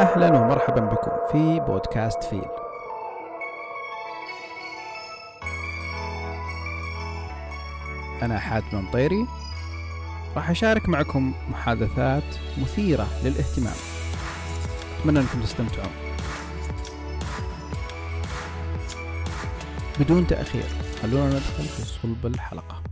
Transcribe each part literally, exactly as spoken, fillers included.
أهلا ومرحبا بكم في بودكاست فيل. أنا حاتم مطيري، راح أشارك معكم محادثات مثيرة للاهتمام، أتمنى أنكم تستمتعون. بدون تأخير خلونا ندخل في صلب الحلقة.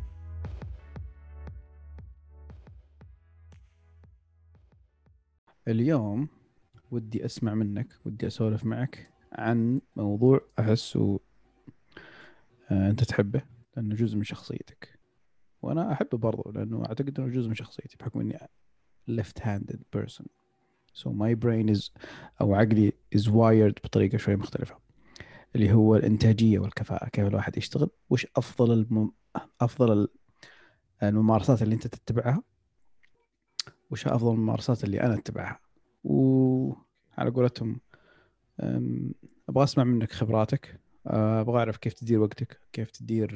اليوم ودي أسمع منك، ودي أسولف معك عن موضوع أحسه آه أنت تحبه لأنه جزء من شخصيتك، وأنا أحبه برضو لأنه أعتقد أنه جزء من شخصيتي بحكم أني left-handed person. So my brain is أو عقلي is wired بطريقة شوي مختلفة، اللي هو الإنتاجية والكفاءة. كيف الواحد يشتغل، وش أفضل الم... أفضل الممارسات اللي أنت تتبعها، وش أفضل الممارسات اللي أنا أتبعها. وعلى قولتهم أبغى أسمع منك خبراتك، أبغى أعرف كيف تدير وقتك، كيف تدير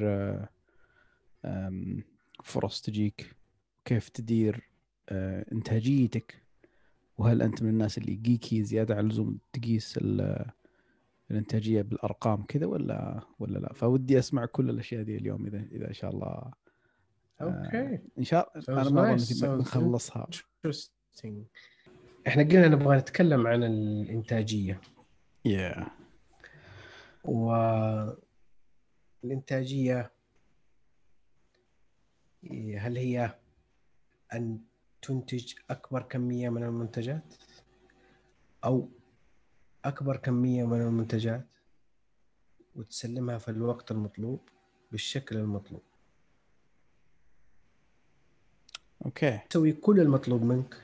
فرص تجيك، كيف تدير إنتاجيتك، وهل أنت من الناس اللي جيكي زيادة على اللزوم تقيس الإنتاجية بالأرقام كذا ولا ولا لا. فودي أسمع كل الأشياء دي اليوم إذا إذا إن شاء الله. أوكي. إن شاء الله. أنا ما أظن بنخلصها. إحنا قلنا نبغى نتكلم عن الإنتاجية. Yeah. والإنتاجية هل هي أن تنتج أكبر كمية من المنتجات أو أكبر كمية من المنتجات وتسلمها في الوقت المطلوب بالشكل المطلوب؟ أوكي. تسوي كل المطلوب منك.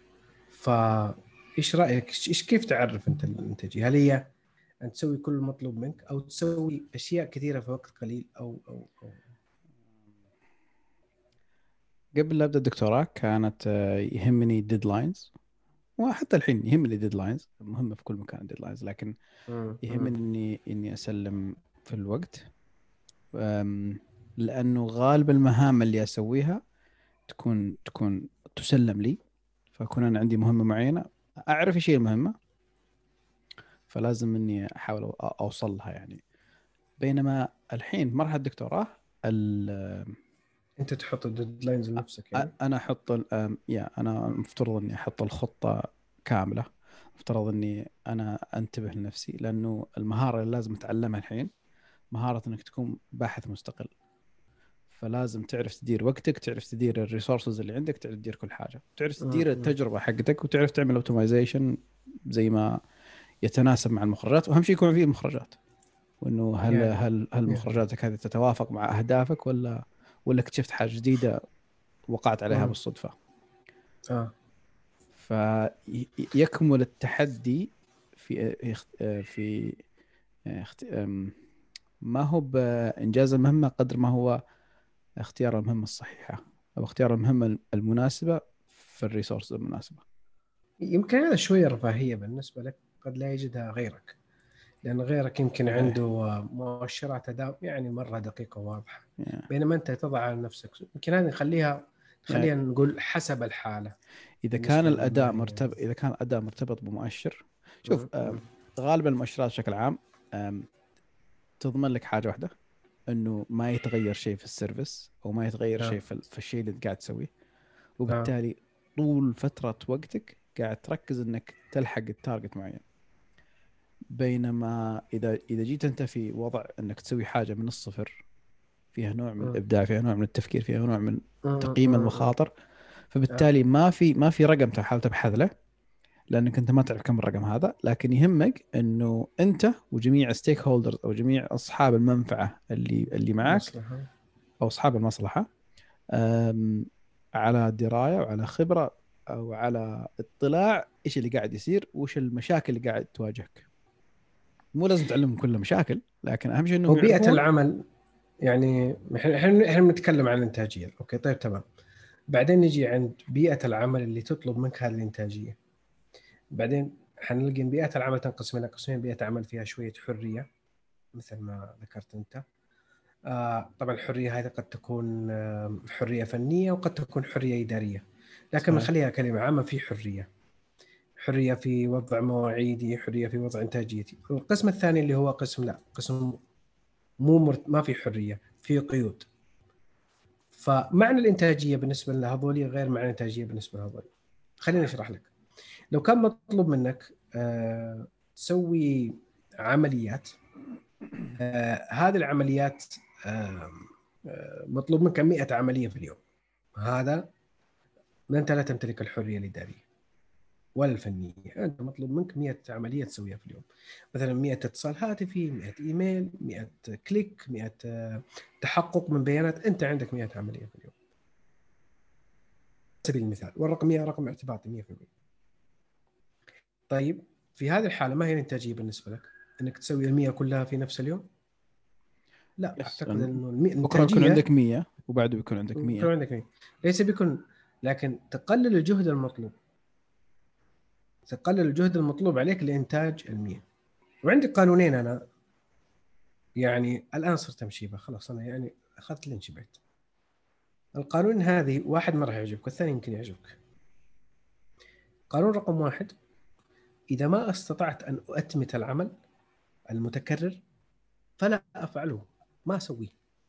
فإيش رأيك؟ إيش كيف تعرف أنت الإنتاجية؟ هل هي أن تسوي كل المطلوب منك أو تسوي أشياء كثيرة في وقت قليل أو أو أو قبل لا أبدأ الدكتوراه كانت يهمني ديدلاينز، وحتى الحين يهمني ديدلاينز، مهمة في كل مكان ديدلاينز، لكن يهمني إني إني أسلم في الوقت، لأنه غالب المهام اللي أسويها تكون تكون تسلم لي، فأكون أنا عندي مهمة معينة أعرف إيش هي المهمة، فلازم إني أحاول أوصل لها يعني. بينما الحين مرحلة الدكتوراه أنت تحط الديدلاينز لنفسك يعني؟ أنا أحط يا أنا مفترض إني أحط الخطة كاملة، مفترض إني أنا أنتبه لنفسي، لأنه المهارة اللي لازم أتعلمها الحين مهارة إنك تكون باحث مستقل، فلازم تعرف تدير وقتك، تعرف تدير الريسورسز اللي عندك، تعرف تدير كل حاجة، تعرف تدير التجربة حقتك، وتعرف تعمل اوبتمايزيشن زي ما يتناسب مع المخرجات، وأهم شيء يكون فيه مخرجات، وإنه هل يعني هل هل مخرجاتك هذه تتوافق مع أهدافك ولا ولا اكتشفت حاجة جديدة وقعت عليها مم. بالصدفة. آه. فيكمل التحدي في في ما هو بإنجاز المهمة قدر ما هو اختيار المهمة الصحيحة أو اختيار المهمة المناسبة في الريسورس المناسبة. يمكن هذا شوية رفاهية بالنسبة لك، قد لا يجدها غيرك، لأن غيرك يمكن صحيح. عنده مؤشرات أداء يعني مرة دقيقة وواضحة، yeah. بينما أنت تضع على نفسك. يمكن هذه نخليها خلينا يعني نقول حسب الحالة. إذا كان الأداء مرتبط إذا كان الأداء مرتبط بمؤشر، شوف غالبا المؤشرات بشكل عام تضمن لك حاجة واحدة، إنه ما يتغير شيء في السيرفيس أو ما يتغير آه. شيء في الشيء اللي قاعد تسويه، وبالتالي آه. طول فترة وقتك قاعد تركز إنك تلحق التارجت معين. بينما إذا إذا جيت أنت في وضع إنك تسوي حاجة من الصفر، فيها نوع من الإبداع، فيها نوع من التفكير، فيها نوع من تقييم المخاطر، فبالتالي ما في ما في رقم تحاول تبحث له، لأنك أنت ما تعرف كم الرقم هذا، لكن يهمك إنه أنت وجميع ستيك هولدرز أو جميع أصحاب المنفعة اللي اللي معك مصلحة. أو أصحاب المصلحة على دراية وعلى خبرة أو على اطلاع إيش اللي قاعد يصير، وإيش المشاكل اللي قاعد تواجهك. مو لازم تعلمهم كل مشاكل، لكن أهم شيء إنهم وبيئة يعرفون العمل. يعني احنا احنا بنتكلم عن الإنتاجية. أوكي طيب تمام. بعدين نجي عند بيئة العمل اللي تطلب منك هذه الإنتاجية. بعدين حنلقي إن بيئة العمل تنقسم إلى قسمين: بيئة عمل فيها شوية حرية مثل ما ذكرت أنت. آه طبعا الحرية هذه قد تكون آه حرية فنية وقد تكون حرية إدارية، لكن صحيح. نخليها كلمة عامة: في حرية. حريه في وضع مواعيدي، حريه في وضع انتاجيتي. القسم الثاني اللي هو قسم لا قسم مو مرت... ما في حريه، في قيود. فمعنى الانتاجيه بالنسبه لهذول غير معنى الانتاجيه بالنسبه لهذول. خليني اشرح لك. لو كان مطلوب منك آه تسوي عمليات، آه هذه العمليات آه آه مطلوب منك مئة عمليه في اليوم، هذا انت لا تمتلك الحريه الاداريه ولا الفنيه. انت مطلوب منك مئة عمليه تسويها في اليوم، مثلا مئة اتصال هاتفي، مئة ايميل، مئة كليك، مئة آه، تحقق من بيانات. انت عندك مئة عمليه في اليوم على سبيل المثال، والرقم مئة رقم اعتباطي مئة بالمئة. طيب في هذه الحاله ما هي الانتاجيه بالنسبه لك؟ انك تسوي المئة كلها في نفس اليوم؟ لا، يس، اعتقد انه المئة بكره بيكون الانتاجيه عندك مية وبعده بيكون عندك بيكون مية. عندك مئة. ليس بيكون، لكن تقلل الجهد المطلوب، تقلل الجهد المطلوب عليك لإنتاج المياه. وعندي قانونين أنا يعني الآن صرت أمشي بها، خلاص أنا يعني أخذت اللي انشبعت. القانون هذه واحد ما راح يعجبك، والثاني يمكن يعجبك. قانون رقم واحد: إذا ما استطعت أن أتمت العمل المتكرر فلا أفعله، ما أسويه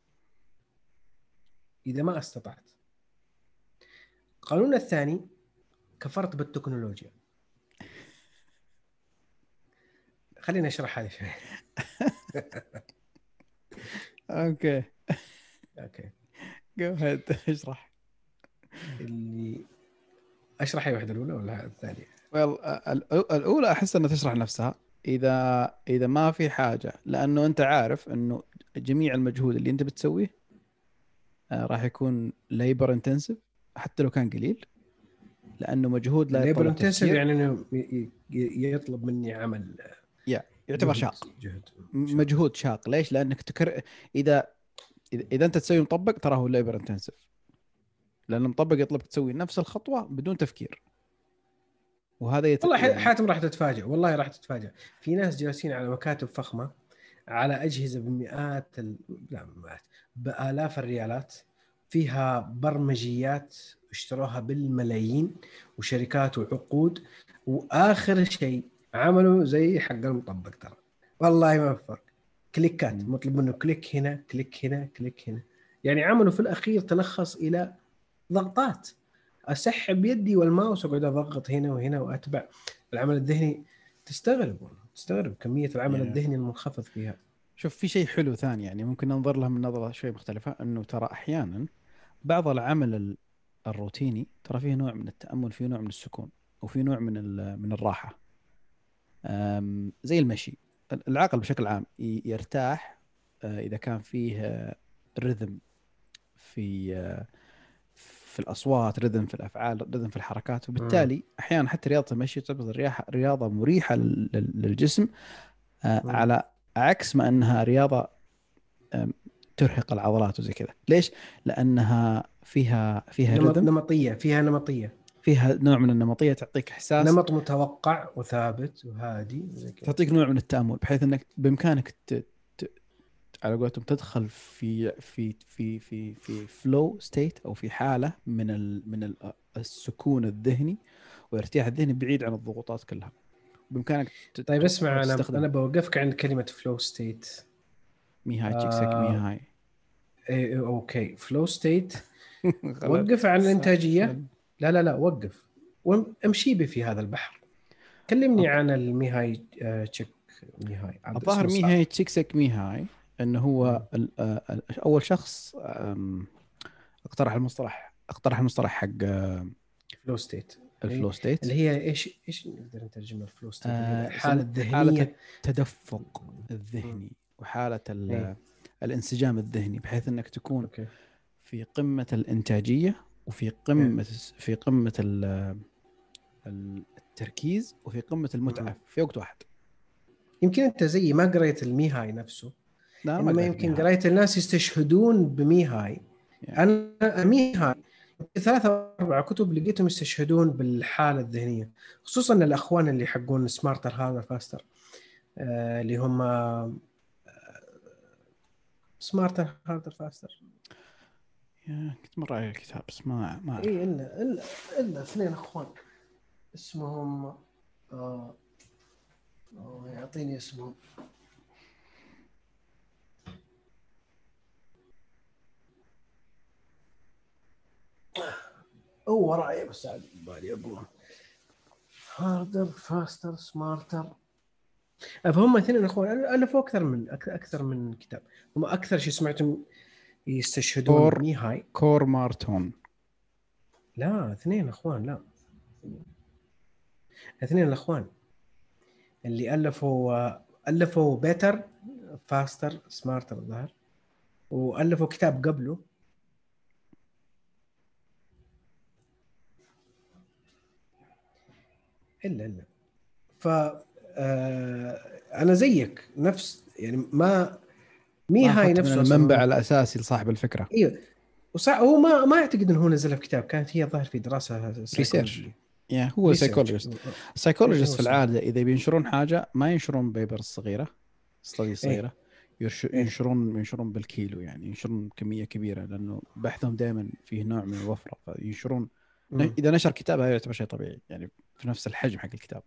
إذا ما استطعت. القانون الثاني: كفرت بالتكنولوجيا. خليني أشرح هذه شوي. اوكي، أوكي. جو هيد اشرح. اللي أشرح أي واحدة، الأولى ولا الثانية؟ well, الاولى احس انها تشرح نفسها. اذا اذا ما في حاجه، لانه انت عارف انه جميع المجهود اللي انت بتسويه آه، راح يكون ليبر انتنسيف حتى لو كان قليل، لانه مجهود لا الليبر يتطلب انتنسيف تفكير. يعني انه ي- ي- يطلب مني عمل يا يعتبر جهد شاق، جهد م- شاق. مجهود شاق. ليش؟ لانك تكر اذا اذا إذا انت تسوي مطبق ترى هو ليبر انتنسيف، لان المطبق يطلبك تسوي نفس الخطوه بدون تفكير. وهذا يت... والله ح- يعني حاتم راح تتفاجئ، والله راح تتفاجئ. في ناس جالسين على مكاتب فخمه على اجهزه بمئات ال... لا مئات، بالاف الريالات، فيها برمجيات اشتروها بالملايين، وشركات وعقود، واخر شيء عملوا زي حق المطبق ترى. والله ما في فرق، كليكات، م. مطلوب منه كليك هنا كليك هنا كليك هنا. يعني عملوا في الاخير تلخص الى ضغطات، اسحب يدي والماوس واقعد اضغط هنا وهنا واتبع. العمل الذهني تستغرب، والله تستغرب كميه العمل يعني الذهني المنخفض فيها. شوف، في شيء حلو ثاني يعني ممكن ننظر لها من نظرة شوي مختلفة، انه ترى احيانا بعض العمل ال- الروتيني ترى فيه نوع من التأمل، فيه نوع من السكون، وفيه نوع من ال- من الراحة. أم، زي المشي. العقل بشكل عام ي- يرتاح آه، إذا كان فيه رذم في آه، في الأصوات، رذم في الأفعال، رذم في الحركات. مم. وبالتالي أحيانا حتى رياضة المشي تعتبر رياحة- رياضة مريحة لل- لل- للجسم، آه، مم. على عكس ما أنها رياضة أم، ترهق العضلات وزي كذا. ليش؟ لأنها فيها فيها نمط رذم، نمطيه، فيها نمطيه، فيها نوع من النمطية، تعطيك إحساس، نمط متوقع وثابت وهادي زي كذا. تعطيك نوع من التأمل، بحيث أنك بإمكانك ت... ت... على قولتهم تدخل في في في في في فلو ستيت، أو في حالة من ال... من ال... السكون الذهني والارتياح الذهني بعيد عن الضغوطات كلها. بإمكانك ت... طيب ت... اسمع، انا تستخدم انا بوقفك عند كلمه فلو ستيت. مي هاي تشيك سك مي آه هاي. إيه اوكي، فلو ستيت. خلاص. وقف عن س- الانتاجيه. سل- لا لا لا، وقف وامشي بي في هذا البحر. كلمني أوكي. عن الميهاي آه، تشيك ميهاي، عاد الظاهر اسمه مي صعب. هاي تشيكسك مي هاي، انه هو مم. ال- آه، ال- اول شخص آم، اقترح المصطلح اقترح المصطلح حق آه، فلو ستيت الفلو ستيت. اللي هي ايش ايش نقدر نترجمها؟ الفلو ستيت اللي هي آه، الحاله يسمى حالة الذهنيه. التدفق مم. الذهني، وحالة اي ال- الانسجام الذهني، بحيث انك تكون اوكي. في قمة الانتاجية، وفي إيه. قمة في قمة ال- ال- التركيز، وفي قمة مم. المتعة في وقت واحد. يمكن انت زي ما قريت الميهاي نفسه، لا أنا ما انما قريت مي يمكن هاي قريت الناس يستشهدون بميهاي. يعني. انا ميهاي ثلاثة أربعة كتب لقيتهم يستشهدون بالحالة الذهنية، خصوصا الأخوان اللي حقون سمارتر هذا فاستر، آه اللي هم سمارتر هاردر فاستر. يا كنت مرة على الكتاب بس ما ما أعرف. اي الا الا الا اثنين اخوان اسمهم آه. آه يعطيني اسمه. هو وراي بس عاد بالي اقول هاردر فاستر سمارتر. فهم اثنين اخوان الفوا اكثر من اكثر من كتاب. هم اكثر شيء سمعتهم يستشهدون كور بميهاي. كور مارتون. لا اثنين اخوان، لا اثنين الاخوان اللي الفوا الفوا بيتر فاستر سمارتر الظاهر، والفوا كتاب قبله. الا الا ف آه، انا زيك نفس يعني ما ما ميهاي اخذت من نفسه المنبع اصلا. الاساسي لصاحب الفكره. ايوه وصح هو ما ما اعتقد انه هو نزلها في كتاب، كانت هي ظاهر في دراسه ريسيرش. سايكولوجيه. يا هو ريسيرش. سايكولوجيست. اي السايكولوجيست هو في صح. العاده اذا بينشرون حاجه ما ينشرون بيبر صغيره، ستدي اي صغيره، يرش- اي ينشرون ينشرون بالكيلو، يعني ينشرون كميه كبيره لانه بحثهم دائما فيه نوع من الوفره، فينشرون. مم. اذا نشر كتاب هذا يعتبر شيء طبيعي، يعني في نفس الحجم حق الكتاب.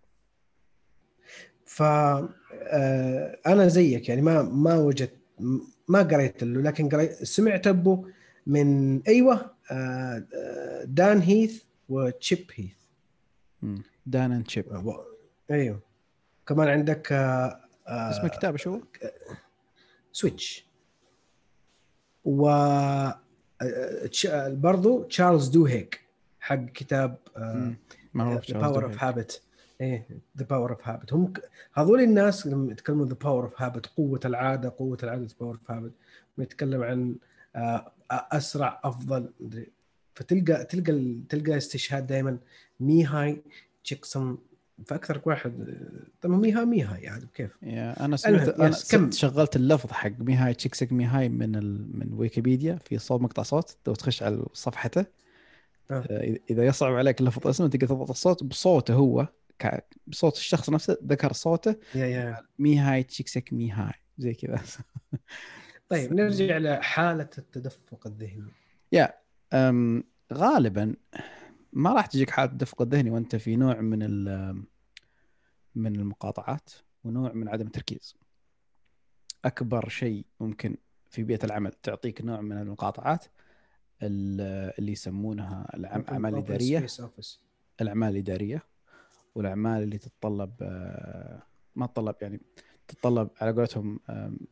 ف آه، انا زيك يعني ما ما وجدت ما قريت له، لكن قريت سمعت ابو من ايوه آه، آه، دان هيث وتشيب هيث. مم. دان اند شيب. و- ايوه كمان عندك آه، اسم آه، الكتاب شو هو؟ سويتش. و آه، تش- برضو تشارلز دوهيك حق كتاب مم. معروف ذا تشارلز باور اوف دوهيك. هابت. ايه ذا باور اوف هابت. هم ك- هذول الناس لما يتكلموا ذا باور اوف هابت، قوه العاده، قوه العاده ذا باور اوف هابت، بيتكلم عن آه، اسرع افضل مدري. فتلقى تلقى تلقى استشهاد دائما ميهاي تشيكسون. فاكثر واحد طب ميها ميها يعني كيف. يا انا سمعت، المهم انا يس س- كم. شغلت اللفظ حق ميهاي تشيكسك ميهاي من ال... من ويكيبيديا في صوت مقطع صوت، لو تخش على صفحته آه. آه، اذا يصعب عليك لفظ اسمه تقدر تضبط الصوت بصوته هو، ك... بصوت الشخص نفسه ذكر صوته. يا يا ميهاي تشيكسك ميهاي زي كذا. طيب نرجع لحاله التدفق الذهني. يا أم... غالبا ما راح تجيك حالة التدفق الذهني وانت في نوع من ال... من المقاطعات ونوع من عدم التركيز. اكبر شيء ممكن في بيئة العمل تعطيك نوع من المقاطعات اللي يسمونها الأعمال اوبن الإدارية. سبيس اوفيس. الأعمال الإدارية والأعمال اللي تتطلب ما تتطلب يعني تتطلب على قولتهم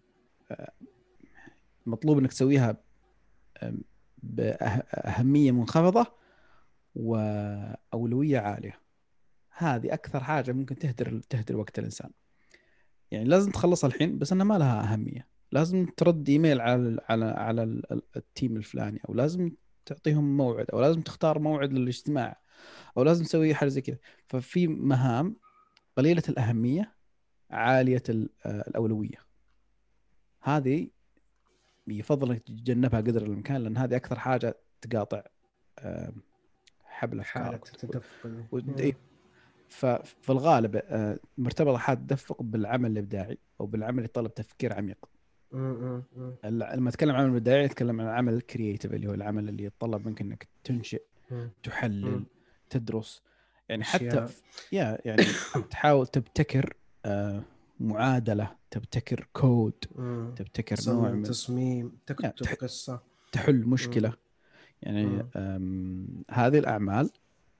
مطلوب أنك تسويها بأهمية منخفضة وأولوية عالية. هذه أكثر حاجة ممكن تهدر تهدر وقت الإنسان. يعني لازم تخلصها الحين بس أنها ما لها أهمية. لازم ترد إيميل على على على التيم الفلاني، أو لازم تعطيهم موعد، أو لازم تختار موعد للاجتماع، او لازم تسوي حاجه زي كذا. ففي مهام قليله الاهميه عاليه الاولويه، هذه يفضل انك تتجنبها قدر الامكان، لان هذه اكثر حاجه تقاطع حبل حاله افكارك. التدفق. ففي الغالب مرتبطه حالة التدفق بالعمل الابداعي او بالعمل اللي يتطلب تفكير عميق. لما اتكلم عن العمل الابداعي اتكلم عن العمل الكرييتيف، اللي هو العمل اللي يتطلب منك انك تنشئ، تحلل، تدرس. يعني حتى يا يعني تحاول تبتكر آه معادلة، تبتكر كود، تبتكر نوع من تصميم، تكتب تح... قصة، تحل مشكلة. مم. يعني هذه الأعمال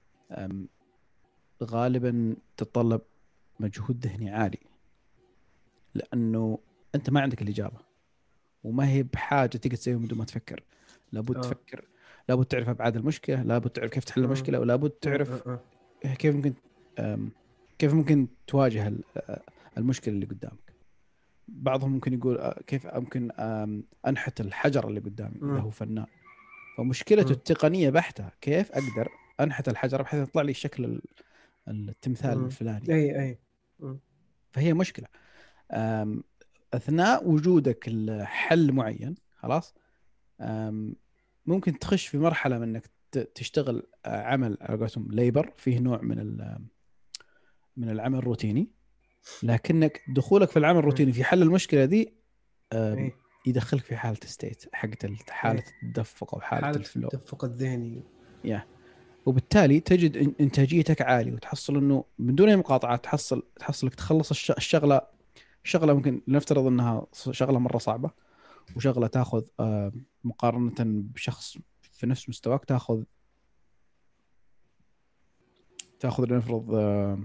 غالبا تتطلب مجهود ذهني عالي، لأنه أنت ما عندك الإجابة، وما هي بحاجة تقدر تسويها بدون ما تفكر. لابد آه. تفكر، لابد تعرف أبعاد المشكلة، لابد تعرف كيف تحل المشكلة، ولابد تعرف آه. كيف ممكن كيف ممكن تواجه المشكلة اللي قدامك. بعضهم ممكن يقول كيف ممكن أنحت الحجر اللي قدامي إذا هو فنان. فمشكلته التقنية بحتة، كيف أقدر أنحت الحجر بحيث يطلع لي شكل التمثال الفلاني. أي أي. فهي مشكلة. أثناء وجودك الحل معين خلاص ممكن تخش في مرحلة من أنك تشتغل عمل على قولتهم ليبر، فيه نوع من من العمل الروتيني، لكنك دخولك في العمل الروتيني في حل المشكلة دي يدخلك في حالة ستيت حقت حالة التدفق أو حالة, حالة الفلو، التدفق الذهني. yeah. وبالتالي تجد إن- انتاجيتك عاليه، وتحصل انه من دون اي مقاطعات تحصل تحصلك تخلص الش- الشغله شغله ممكن نفترض انها شغله مره صعبه، وشغله تاخذ آه، مقارنه بشخص في نفس مستواك تاخذ تاخذ لنفرض آه،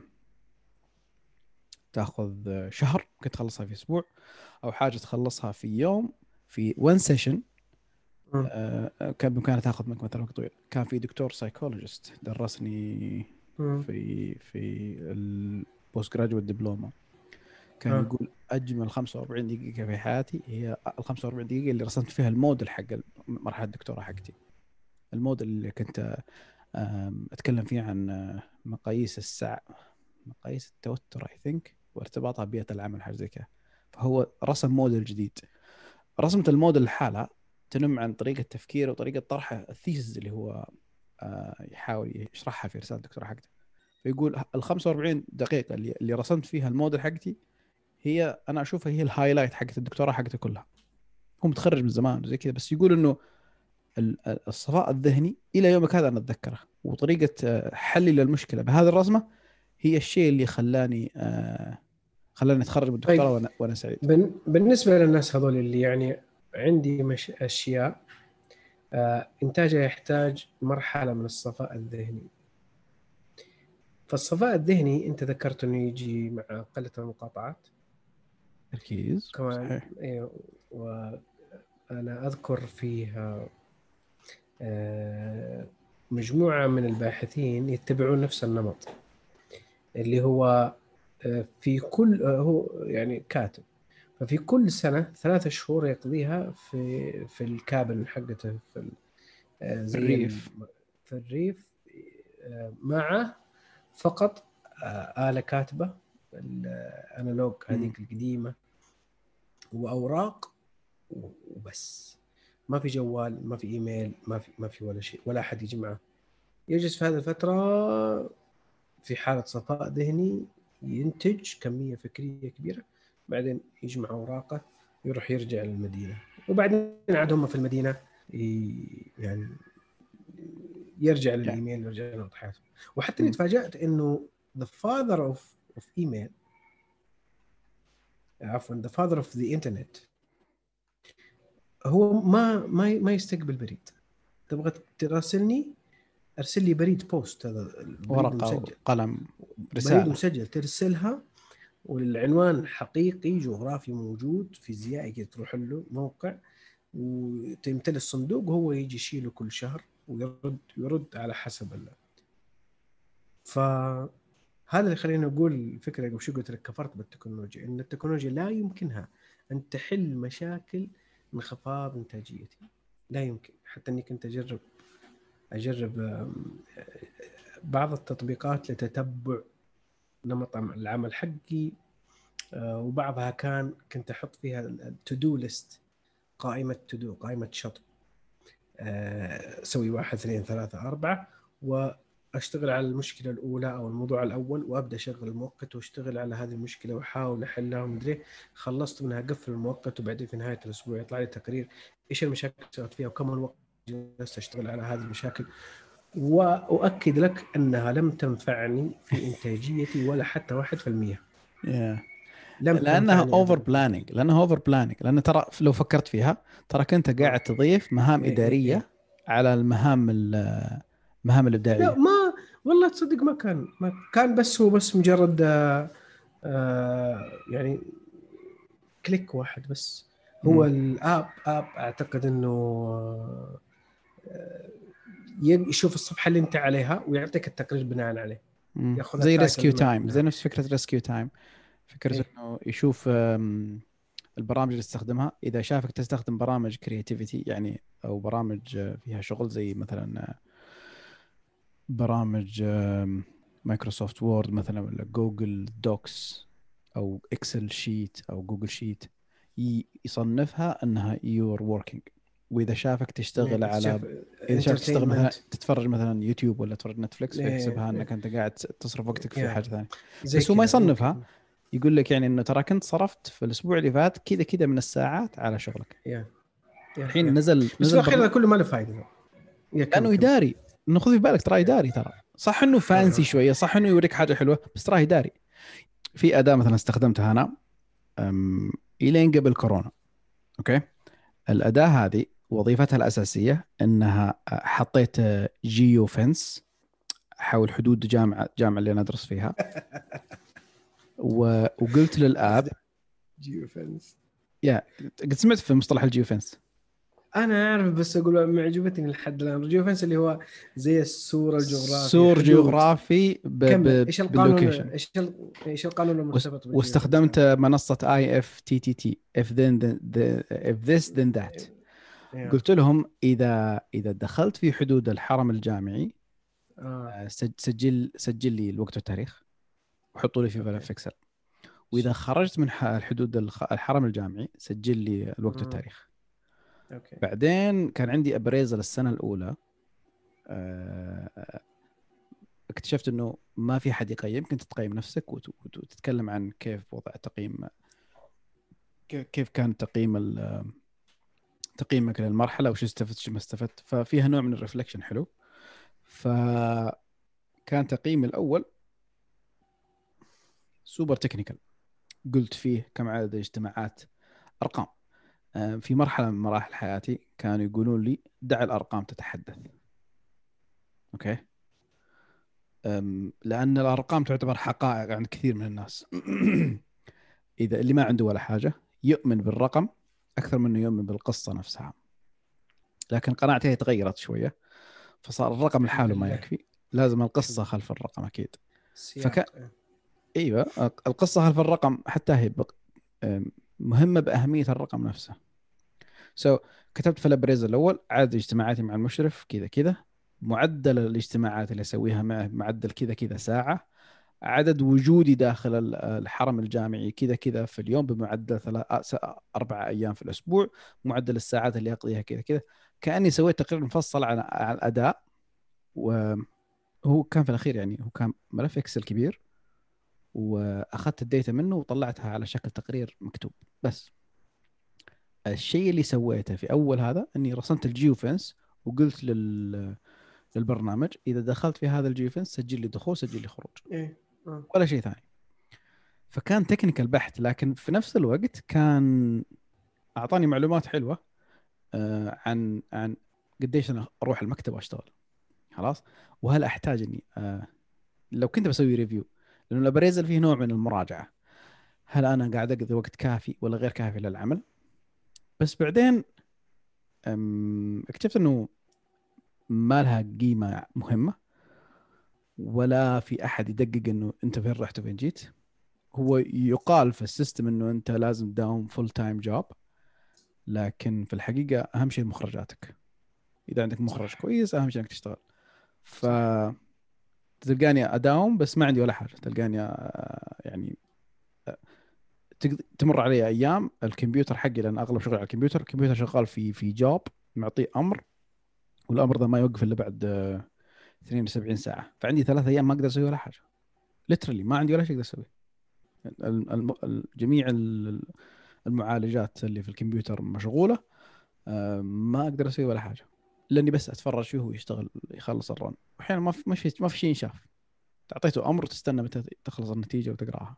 تاخذ آه، شهر ممكن تخلصها في اسبوع، او حاجه تخلصها في يوم في وان سيشن. مم. كان بإمكانها تاخذ منك مثلا وقت طويل. كان في دكتور سايكولوجيست درسني مم. في في البوست جراجويت دبلومه، كان ها. يقول اجمل خمسة وأربعين دقيقه في حياتي هي ال خمسة وأربعين دقيقه اللي رسمت فيها الموديل حق مرحله الدكتوراه حقتي. الموديل اللي كنت آم، اتكلم فيه عن آه، مقاييس الساعه، مقاييس التوتر اي ثينك، وارتباطها ببيئه العمل حاجه زي كذا. فهو رسم موديل جديد. رسمة الموديل لحالها تنم عن طريقة تفكيره وطريقة طرحه الثيسز اللي هو آه، يحاول يشرحها في رسالة الدكتوراه حقته. فيقول ال خمسة وأربعين دقيقة اللي, اللي رسمت فيها الموديل حقتي هي أنا أشوفها هي الهايلايت حقت الدكتوراه حقته كلها. هو متخرج من زمان زي كذا، بس يقول إنه ال- الصفاء الذهني إلى يومك هذا أنا أتذكره، وطريقة آه، حلي للمشكلة بهذه الرسمة هي الشيء اللي خلاني آه، خلاني أتخرج من الدكتوراه طيب، وأنا, وأنا سعيد. بن- بالنسبة للناس هذول اللي يعني عندي مش أشياء آه إنتاجها يحتاج مرحلة من الصفاء الذهني. فالصفاء الذهني أنت ذكرت أنه يجي مع قلة المقاطعات تركيز كمان. صحيح. إيه، وأنا أذكر فيها آه مجموعة من الباحثين يتبعون نفس النمط، اللي هو آه في كل آه هو يعني كاتب، ففي كل سنة ثلاثة شهور يقضيها في في الكابن حقته في ال- آه، زي ال- الريف. في الريف، آه، مع فقط آه، آلة كاتبة الأنالوج مم. هذيك القديمة، وأوراق وبس. ما في جوال، ما في إيميل، ما في ما في ولا شيء، ولا أحد يجي معه. يجلس في هذه الفترة في حالة صفاء ذهني، ينتج كمية فكرية كبيرة، بعدين يجمع أوراقه، يروح يرجع للمدينة، وبعدين عاد هم في المدينة ي- يعني يرجع يعني للإيميل، يرجع لنمط حياته. وحتى اللي مم. تفاجأت إنه the father of of email، عفوا the father of the internet، هو ما ما ما يستقبل بريد. تبغى تراسلني، ارسل لي بريد بوست، هذا البريد ورقة المسجل، وقلم، بريد رسالة. مسجل ترسلها، والعنوان حقيقي جغرافي موجود فيزيائي كده، تروح له موقع وتمتلي الصندوق، وهو يجي يشيله كل شهر ويرد يرد على حسب الله. فهذا اللي خلينا نقول فكرة قبل شوي قلت لك كفرت بالتكنولوجيا، إن التكنولوجيا لا يمكنها أن تحل مشاكل انخفاض إنتاجيتي. لا يمكن. حتى إني كنت أجرب أجرب آم، بعض التطبيقات لتتبع نمط العمل حقي، آه، وبعضها كان كنت أحط فيها التو دو ليست، قائمة تو دو، قائمة شطب، آه، سوي واحد اثنين ثلاثة أربعة، وأشتغل على المشكلة الأولى أو الموضوع الأول، وأبدأ أشغل المؤقت وأشتغل على هذه المشكلة وأحاول أحلها ومدري. خلصت منها أقفل المؤقت، وبعدين في نهاية الأسبوع يطلع لي تقرير إيش المشاكل اللي اشتغلت فيها وكم الوقت جلست أشتغل على هذه المشاكل. وأؤكد لك أنها لم تنفعني في إنتاجيتي ولا حتى واحد في المية. yeah. لم لأنها تنفعني اوفر أبدا في بلاننج، إنتاجيتي. لأنها اوفر بلاننج، لأن ترى لو فكرت فيها ترى كنت قاعد تضيف مهام إيه إيه إدارية إيه. على المهام ال- المهام لا، الإبداعية. ما والله تصدق ما كان ما كان بس هو بس مجرد آه آه يعني كليك واحد بس. هو مم. الاب اب اعتقد انه آه، يشوف الصفحه اللي انت عليها ويعطيك التقرير بناء عليه، مم. ياخذ زي التايتل ريسكيو بناء تايم، زي بناء نفس فكرة ريسكيو تايم. فكرة ايه. انه يشوف أم، البرامج اللي تستخدمها، اذا شافك تستخدم برامج كرياتيفيتي يعني، او برامج آه، فيها شغل زي مثلا آه، برامج آم، مايكروسوفت وورد مثلا، ولا جوجل دوكس، او اكسل شيت، او جوجل شيت، ي- يصنفها انها يور وركينج. واذا شافك تشتغل إيه، على تشوف اذا شافك تشتغل مثلا انترتينمنت. تتفرج مثلا يوتيوب ولا تتفرج نتفلكس، ايه فيحسبها إيه. انك انت قاعد تصرف وقتك في يا حاجه ثانيه. زي بس هو ما كذا يصنفها، يمكن. يقول لك يعني انه ترى كنت صرفت في الاسبوع اللي فات كذا كذا من الساعات على شغلك. يا يا الحين يا نزل بس في نزل الاخير هذا برنامج كله ما له فائده. يا كم لانه كم اداري. انه خذ في بالك ترى يداري، ترى صح انه فانسي شويه، صح انه يوريك حاجه حلوه، بس ترى يداري. في اداه مثلا استخدمتها انا أم، الين قبل كورونا. اوكي، الاداه هذه وظيفتها الاساسيه انها حطيت جيو فنس حول حدود جامعه جامعه اللي انا ادرس فيها، و... وقلت للاب جيو فنس. يا قد سمعت في مصطلح الجيو فنس؟ انا اعرف، بس اقول ما عجبتني لحد الان. الجيو فنس اللي هو زي السور الجغرافي، سور حدود. جغرافي ب... كمل، ب... ايش القانون، باللوكيشن. ايش ال... ايش القانون المرتبط بالجيو فنس واستخدمت هذا؟ منصة اي اف تي تي تي if then the, the, if this then that. yeah. قلت لهم اذا اذا دخلت في حدود الحرم الجامعي اه سج- سجل سجل لي الوقت والتاريخ وحطوا لي في اوكي. ملف اكسل، واذا خرجت من ح- الحدود الخ- الحرم الجامعي سجل لي الوقت مم. والتاريخ. اوكي. بعدين كان عندي ابريزل السنة الاولى، آه، اكتشفت انه ما في حد يقيم، كنت تقيم نفسك وت- وت- وتتكلم عن كيف وضع تقييم، ك- كيف كان تقييم ال- تقييمك للمرحله وش استفدت وش ما استفدت، ففيها نوع من الرفلكشن حلو. فكان تقييمي الاول سوبر تكنيكال، قلت فيه كم عدد الاجتماعات، ارقام. آه، في مرحله من مراحل حياتي كانوا يقولون لي دع الارقام تتحدث. اوكي، أم، لان الارقام تعتبر حقائق عند كثير من الناس. اذا اللي ما عنده ولا حاجه يؤمن بالرقم اكثر منه يؤمن بالقصه نفسها. لكن قناعتي تغيرت شويه، فصار الرقم الحمد لحاله ما لله. يكفي، لازم الحمد القصه لله. خلف الرقم اكيد. فك السياق. ايوه، القصه خلف الرقم حتى هي بق... أم، مهمه باهميه الرقم نفسه. سو so, كتبت في الابريز الاول عدد اجتماعاتي مع المشرف كذا كذا، معدل الاجتماعات اللي اسويها معه معدل كذا كذا ساعه، عدد وجودي داخل ال- الحرم الجامعي كذا كذا في اليوم بمعدل ثلاث أربع أيام في الأسبوع، معدل الساعات اللي أقضيها كذا كذا. كأني سويت تقرير مفصل عن عن الأداء. وهو كان في الأخير يعني هو كان ملف إكسل كبير، وأخذت الداتا منه وطلعتها على شكل تقرير مكتوب. بس الشيء اللي سويته في أول هذا أني رسمت الجيو فنس، وقلت لل للبرنامج إذا دخلت في هذا الجيو فنس سجل لي دخول سجل لي خروج، ايه. آه. ولا شيء ثاني. فكان تكنيكال بحت، لكن في نفس الوقت كان اعطاني معلومات حلوه آه، عن عن قديش انا اروح المكتب واشتغل. خلاص، وهل احتاج اني آه، لو كنت بسوي ريفيو، لانه الابريزل فيه نوع من المراجعه، هل انا قاعد اقضي وقت كافي ولا غير كافي للعمل. بس بعدين أم، اكتشفت انه ما لها قيمه مهمه، ولا في احد يدقق انه انت فين رحت وفين جيت. هو يقال في السيستم انه انت لازم تداوم فول تايم جوب، لكن في الحقيقة أهم شيء مخرجاتك. إذا عندك مخرج صح. كويس أهم شيء إنك تشتغل. صح. فتلقاني أداوم بس ما عندي ولا حاجة، تلقاني آه، يعني آه، تقد- تمر علي أيام الكمبيوتر حقي، لأن أغلب شغلي على الكمبيوتر، الكمبيوتر شغال في في جوب معطيه أمر، والأمر ذا ما يوقف إلا بعد آه، اثنين وسبعين ساعة. فعندي ثلاث أيام ما أقدر أسوي ولا حاجة، ليترلي ما عندي ولا شيء أقدر أسويه. الم- الم- ال- جميع ال- المعالجات اللي في الكمبيوتر مشغولة، آه، ما أقدر أسوي ولا حاجة، لاني بس اتفرج فيه وهو يشتغل يخلص الرن. احيانا ما في ما في ما في شيء ينشاف، تعطيته امر وتستنى متى تخلص النتيجه وتقراها.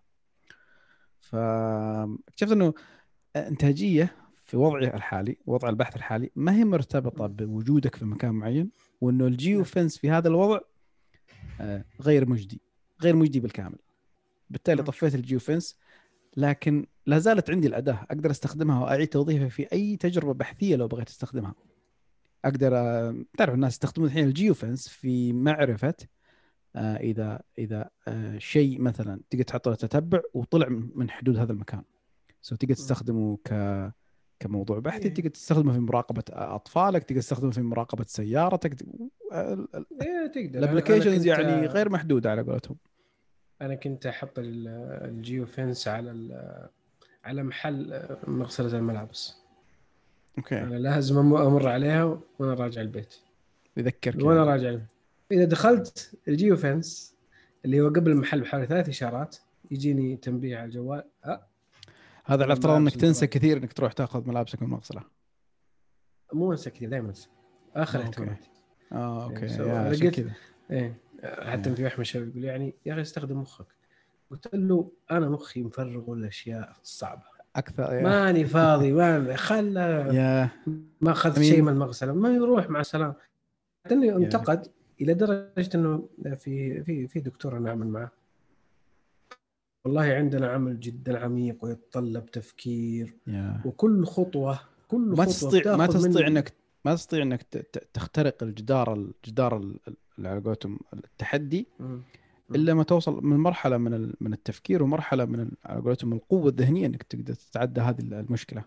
فاكتشفت انه انتاجيه في وضعي الحالي، وضع البحث الحالي، ما هي مرتبطه بوجودك في مكان معين، وانه الجيو نعم. فنس في هذا الوضع آه، غير مجدي، غير مجدي بالكامل. بالتالي نعم. طفيت الجيو فنس، لكن لا زالت عندي الاداه اقدر استخدمها واعيد توظيفها في اي تجربه بحثيه لو بغيت استخدمها. اقدر آه، تعرف الناس يستخدمون الحين الجيو فنس في معرفه آه، اذا اذا آه، شيء مثلا تقدر تحط له تتبع وطلع من حدود هذا المكان، سو تقدر مم. تستخدمه ك كموضوع بحثي، ايه. تقدر تستخدمه في مراقبه اطفالك، تقدر تستخدمه في مراقبه سيارتك. ايه تقدر. انا انا الابلكيشنز كنت يعني غير محدوده على قولتهم. انا كنت احط ال- الجيو فنس على ال- على محل مغسله الملابس. اوكي، انا لازم أم- امر عليها وانا راجع البيت. يذكرك وانا يعني. راجع، اذا دخلت الجيو فنس اللي هو قبل المحل بحوالي ثلاث اشارات يجيني تنبيه على الجوال، أه هذا على افتراض انك الملابس تنسى انتظر. كثير انك تروح تاخذ ملابسك من المغسله. مو انسى كثير، دائما انسى. اخر اوكي، اهتماماتي. اه يعني اوكي، سو يا انا عشان قلت كذا. ايه، حتى يا في واحد من الشباب يقول يعني يا اخي استخدم مخك. قلت له انا مخي مفرغ الاشياء الصعبه، اكثر يا ماني فاضي، ما خل يا ما اخذت شيء امين من المغسله ما يروح مع السلامه. حتى انه يا انتقد الى درجه انه في في في دكتور انا اعمل معه، والله عندنا عمل جدا عميق ويتطلب تفكير، يا وكل خطوه كل وما خطوه تستطيع ما بتاخذ تستطيع مني. انك ما تستطيع انك ت- ت- تخترق الجدار الجدار ال- ال- اللي على قولتهم التحدي، مم. مم. الا ما توصل من مرحله من ال- من التفكير ومرحله من ال- على قولتهم القوه الذهنيه انك تقدر تتعدى هذه المشكله.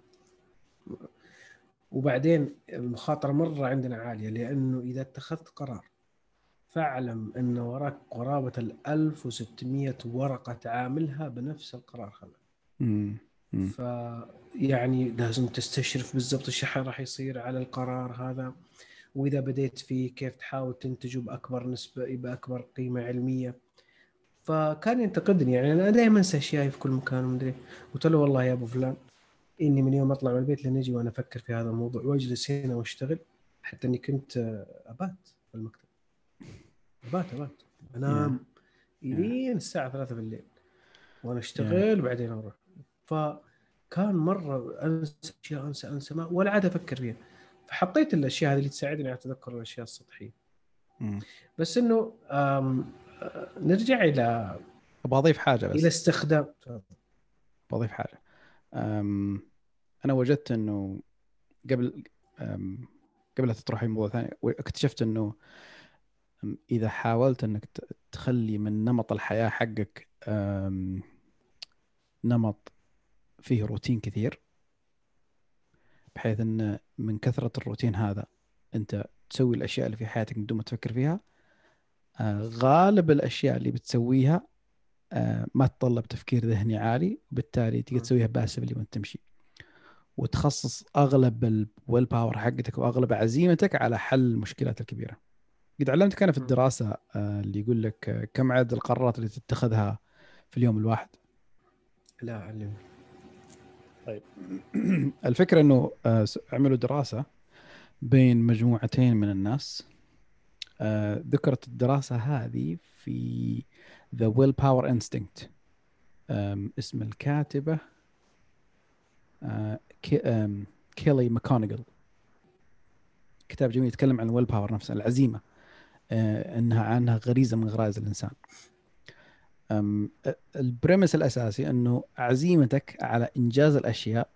وبعدين المخاطره مره عندنا عاليه، لانه اذا اتخذت قرار فاعلم ان وراك قرابه ال ألف وستمئة ورقه تعاملها بنفس القرار هذا. امم امم ف يعني لازم تستشرف بالضبط ايش راح يصير على القرار هذا، واذا بديت فيه كيف تحاول تنتجه باكبر نسبه باكبر قيمه علميه. فكان ينتقدني، يعني انا دائما انسى اشياء في كل مكان ومدري. قلت له والله يا ابو فلان اني من يوم اطلع من البيت لين اجي وانا افكر في هذا الموضوع واجلس هنا واشتغل، حتى اني كنت ابات في المكتب، ابات ابات يا انام يا الين الساعه ثلاثة بالليل وانا يا اشتغل وبعدين اروح. فكان مره انسى اشياء، انسى انسى ما ولا عاد افكر فيها. فحطيت الاشياء هذه اللي تساعدني على تذكر الاشياء السطحيه. امم بس انه آم، آه، نرجع الى ابغى اضيف حاجه الى بس، استخدام. بضيف حاجه. أم انا وجدت انه قبل أم قبل لا تروح أي موضوع ثاني، اكتشفت انه أم، اذا حاولت انك ت- تخلي من نمط الحياه حقك أم، نمط فيه روتين كثير، بحيث ان من كثره الروتين هذا انت تسوي الاشياء اللي في حياتك من دون ما تفكر فيها. آه، غالب الاشياء اللي بتسويها آه، ما تتطلب تفكير ذهني عالي، وبالتالي تقدر تسويها باسفلي وانت تمشي، وتخصص اغلب الويل باور حقتك واغلب عزيمتك على حل المشكلات الكبيره. قد علمتك انا في الدراسه آه، اللي يقول لك آه، كم عدد القرارات اللي تتخذها في اليوم الواحد. لا علم. طيب الفكره انه آه، س- عملوا دراسه بين مجموعتين من الناس. آه، ذكرت الدراسه هذه في The Willpower Instinct. آم، اسم الكاتبه آه، كي- آم، كيلي ماكونيغل. كتاب جميل يتكلم عن الويل باور نفسها، العزيمه، آه، انها عنها غريزه من غرائز الانسان. أم، البريمس الاساسي انه عزيمتك على انجاز الاشياء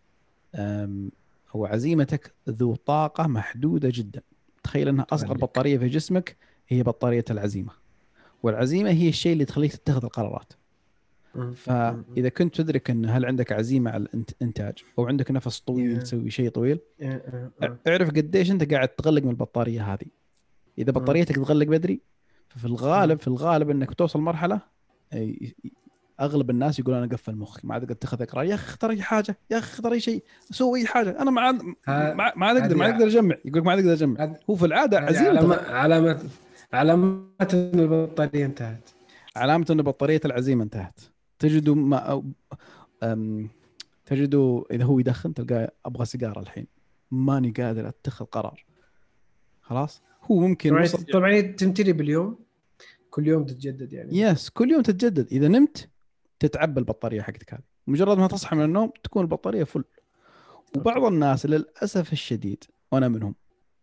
أم، او عزيمتك ذو طاقه محدوده جدا. تخيل انها اصغر تهلك. بطاريه في جسمك هي بطاريه العزيمه، والعزيمه هي الشيء اللي تخليك تتخذ القرارات. مم. مم. فاذا كنت تدرك ان هل عندك عزيمه على الانتاج او عندك نفس طويل يا- تسوي شيء طويل، يا- آه، ا- آه. اعرف قديش انت قاعد تغلق من البطاريه هذه. اذا مم. بطاريتك تغلق بدري، ففي مم. الغالب في الغالب انك بتوصل مرحله ي- ي- اغلب الناس يقولون انا قفل مخي ما عاد اقدر اتخذ قرار، يا اخي اختار اي حاجه، يا اخي اختار اي شيء، سوي اي حاجه، انا ما عاد ها- ما ما عاد اقدر ما عاد هذه اقدر اجمع. يقول لك ما عاد اقدر اجمع. هذه هو في العاده هذه عزيمته علامة غ... علامة علامات ان البطارية انتهت. علامه ان بطاريه العزيمه انتهت. تجدوا ما أو... أم... تجدوا اذا هو يدخن تلقاه ابغى سيجاره الحين، ماني قادر اتخذ قرار. خلاص هو ممكن طبعا وصل. طبعا هي تمتلي باليوم، كل يوم تتجدد يعني. يس كل يوم تتجدد. اذا نمت تتعبى البطاريه حقتك هذه، مجرد ما تصحى من اوكي. النوم تكون البطاريه فل. وبعض اوكي. الناس للاسف الشديد وانا منهم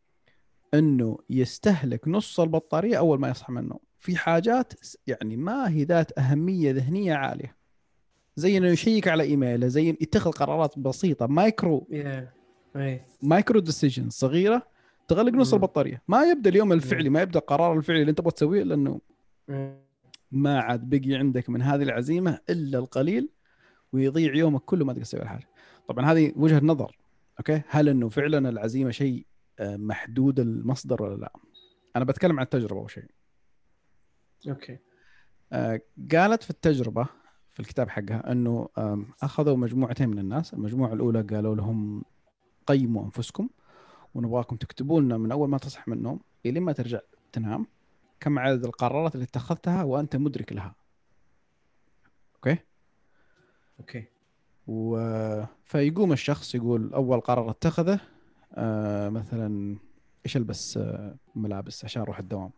انه يستهلك نص البطاريه اول ما يصحى من النوم في حاجات يعني ما هي ذات اهميه ذهنيه عاليه، زي انه يشيك على ايميله، زي يتخذ قرارات بسيطه مايكرو يا اي. مايكرو ديسيجن صغيره تغلق نص مم. البطاريه. ما يبدا اليوم يا. الفعلي، ما يبدا القرار الفعلي اللي انت تبغى تسويه، لانه مم. ما عاد بقي عندك من هذه العزيمه الا القليل، ويضيع يومك كله ما تقدر تسوي ولا حاجه. طبعا هذه وجهه نظر. اوكي، هل انه فعلا العزيمه شيء آه، محدود المصدر ولا لا؟ انا بتكلم عن التجربه اول شيء. اوكي. آه، قالت في التجربه في الكتاب حقها انه آم، اخذوا مجموعتين من الناس. المجموعه الاولى قالوا لهم قيموا انفسكم، ونبغاكم تكتبوا لنا من اول ما تصحى من النوم الى ما ترجع تنام كم عدد القرارات اللي اتخذتها وانت مدرك لها. اوكي. اوكي. و... فيقوم الشخص يقول اول قرار اتخذه آه مثلا ايش البس آه، ملابس عشان اروح الدوام.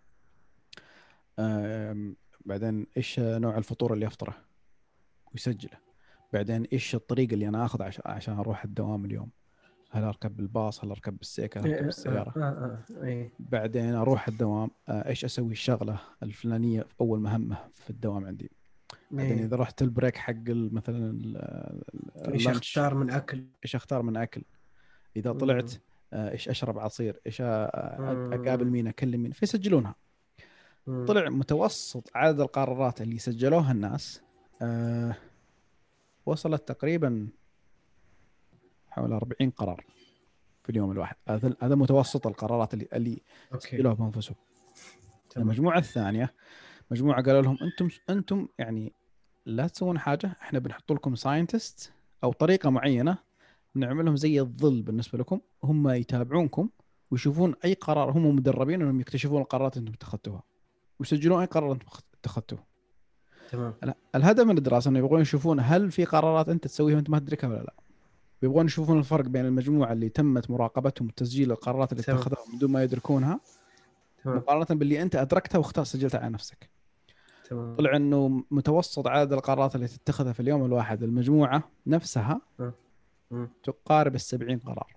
آم، بعدين ايش نوع الفطور اللي افطره ويسجله. بعدين ايش الطريق اللي انا اخذ عشان عشان اروح الدوام اليوم. هل اركب بالباص، هل اركب بالسيكل، هل اركب آه آه بالسياره. آه آه إيه. بعدين اروح الدوام، آه، ايش اسوي الشغله الفلانيه في اول مهمه في الدوام عندي. بعدين إيه. اذا رحت البريك حق ال- مثلا ال- ال- إيش اللانش، أختار من أكل. ايش اختار من اكل. اذا طلعت، مم. آه، ايش اشرب عصير، ايش أ- أ- اقابل مم. مين، اكلم مين، فيسجلونها. مم. طلع متوسط عدد القرارات اللي سجلوها الناس أه وصلت تقريبا حوالي أربعين قرار في اليوم الواحد. هذا هذا متوسط القرارات اللي اللي أوكي. سجلوها بانفسهم. تمام. المجموعه الثانيه مجموعه قالوا لهم انتم انتم يعني لا تسوون حاجه، احنا بنحط لكم ساينتست او طريقه معينه بنعمل لهم زي الظل بالنسبه لكم، هم يتابعونكم ويشوفون اي قرار، هم مدربين انهم يكتشفون القرارات اللي انتم اتخذتوها ويسجلون اي قرار انتم اتخذتوه. تمام. ال- الهدف من الدراسه انه يبغون يشوفون هل في قرارات انت تسويها وانت ما تدركها ولا لا. يبغون يشوفون الفرق بين المجموعه اللي تمت مراقبتهم وتسجيل القرارات اللي تمام. اتخذوها من دون ما يدركونها، تمام. مقارنه باللي انت ادركتها واختار سجلتها على نفسك. تمام. طلع انه متوسط عدد القرارات اللي تتخذها في اليوم الواحد المجموعه نفسها مم. مم. تقارب السبعين قرار.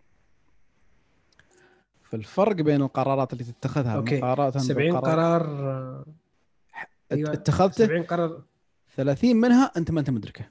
فالفرق بين القرارات اللي تتخذها أوكي. مقارنه سبعين بالقرار، قرار. آه، ات- أيوة. اتخذته سبعين قرار. ثلاثين منها انت ما انت مدركه.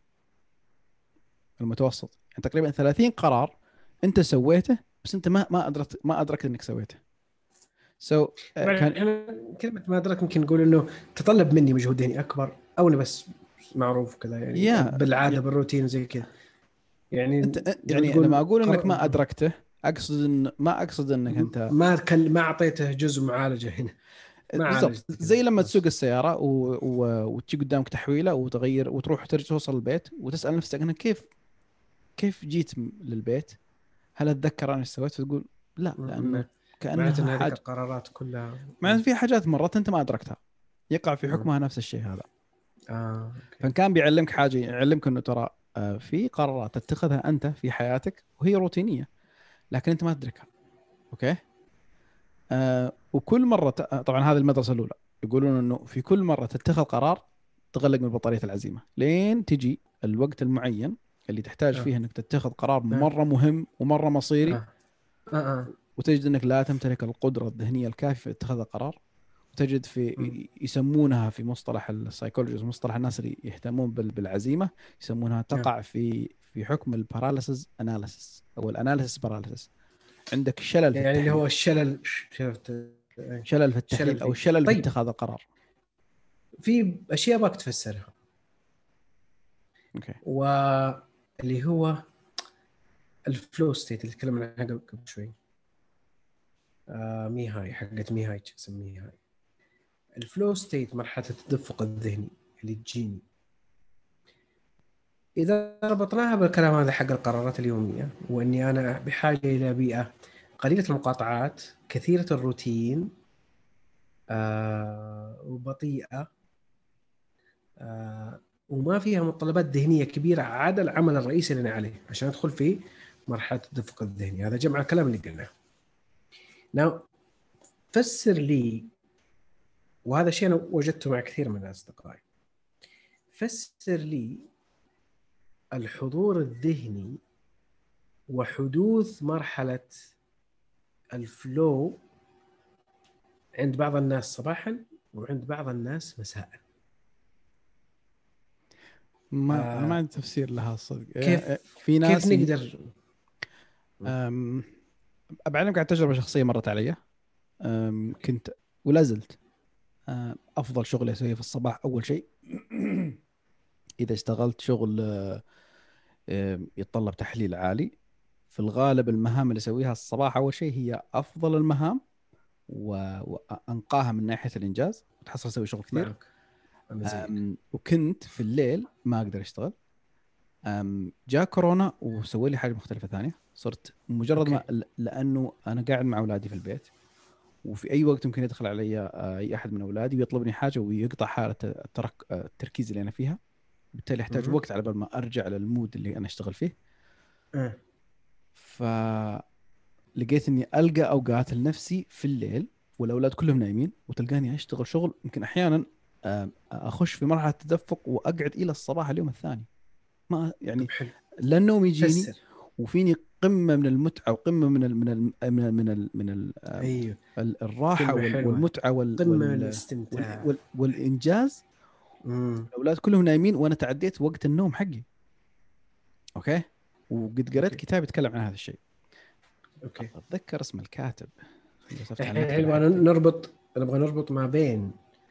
المتوسط يعني تقريبا ثلاثين قرار انت سويته بس انت ما ما ادركت ما ادركت انك سويته. سو so, uh, طبعا كان احنا كلمة ما أدرك ممكن نقول إنه تطلب مني مجهود ذهني أكبر، أو أنا بس معروف كذا يعني يا بالعادة يا- بالروتين زي كذا. يعني انت زي ما يعني لما تقول اقول انك ما قر... ادركته، اقصد ان ما اقصد انك انت ما كل... ما أعطيته جزء معالجة هنا. ما بالضبط عالجته كذا زي لما تسوق خلاص. السياره و... و... وتجي قدامك تحويله وتغير وتروح ترجع توصل البيت وتسال نفسك انا كيف كيف جيت م- للبيت، هل اتذكر انا ايش سويت، فتقول لا لانه م- معناته كانها إن هذيك حاجه. القرارات كلها. مع في حاجات مرات انت ما ادركتها يقع في م- حكمها نفس الشيء هذا. آه أوكي. فان كان بيعلمك حاجه يعلمك انه ترى آه، في قرارات تتخذها انت في حياتك وهي روتينيه لكن انت ما تدركها. اوكي. آه وكل مره ت... آه، طبعا هذه المدرسه الاولى يقولون انه في كل مره تتخذ قرار تغلق من بطاريه العزيمه لين تجي الوقت المعين اللي تحتاج آه. فيه انك تتخذ قرار آه. مره مهم ومره مصيري، آه. آه. آه. وتجد انك لا تمتلك القدره الذهنيه الكافيه في اتخاذ القرار. وتجد م- في يسمونها في مصطلح السايكولوجيست، مصطلح الناس اللي يهتمون بال- بالعزيمه، يسمونها آه. تقع في في حكم الباراليسيس اناليسيس او الاناليسيس باراليسيس. عندك شلل في يعني اللي هو التحليل، الشلل. شفت. إيه. شلل في التحليل شلل او فيه. الشلل في طيب، اتخاذ القرار. في أشياء باك تفسرها، اوكي. واللي هو الفلو ستيت اللي تكلمنا عنها قبل قبل شوي. آه مي هاي حقت مي هاي تسميه هاي. الفلو ستيت مرحلة التدفق الذهني اللي تجيني، إذا ربطناها بالكلام هذا حق القرارات اليومية، وإني أنا بحاجة إلى بيئة قليلة المقاطعات، كثيرة الروتين، آه وبطيئة، آه وما فيها متطلبات ذهنية كبيرة عدا العمل الرئيسي اللي أنا عليه عشان أدخل في مرحلة التدفق الذهني. هذا جمع الكلام اللي قلناه. ناو فسر لي، وهذا شيء أنا وجدته مع كثير من أصدقائي، فسر لي الحضور الذهني وحدوث مرحلة الفلو عند بعض الناس صباحا وعند بعض الناس مساء. ما انا ما آه عندي تفسير لها الصدق. كيف آه، في كيف ناس ي... نقدر. أم... بعلمك عن تجربه شخصيه مرت علي. أم... كنت ولا زلت أم... افضل شغل اسويه في الصباح اول شيء اذا اشتغلت شغل أم، يتطلب تحليل عالي. في الغالب المهام اللي اسويها الصباح اول شيء هي افضل المهام و... وانقاها من ناحيه الانجاز وتحصل اسوي شغل كثير. معك أنا زيك. أم... وكنت في الليل ما اقدر اشتغل. أم... جاء كورونا وسوي لي حاجه مختلفه ثانيه. صرت مجرد ما أوكي. ل- لانه انا قاعد مع اولادي في البيت وفي اي وقت ممكن يدخل علي آه، اي احد من اولادي ويطلبني حاجه ويقطع حاله الترك... آه، التركيز اللي انا فيها. بالتالي احتاج مهم. وقت على بال ما ارجع للمود اللي انا اشتغل فيه. آه. فقررت لقيت اني القى اوقات لنفسي في الليل والاولاد كلهم نايمين، وتلقاني اشتغل شغل يمكن احيانا آم، اخش في مرحله تدفق واقعد الى الصباح اليوم الثاني. ما طب يعني حلو. لا النوم يجيني، فسر. وفيني قمه من المتعه وقمه من ال من ال من ال من ال من ال آم، ايوه، ال- الراحه كلمة وال- حلوة، والمتعه وال قمة من وال وال الاستمتاع. وال والانجاز. امم. الاولاد كلهم نايمين وانا تعديت وقت النوم حقي. اوكي. وقد قريت اوكي. كتاب يتكلم عن هذا الشيء. اوكي. اتذكر اسم الكاتب، بس افتح الحين المكتبه نبغى حقتي. نربط نبغى نربط ما بين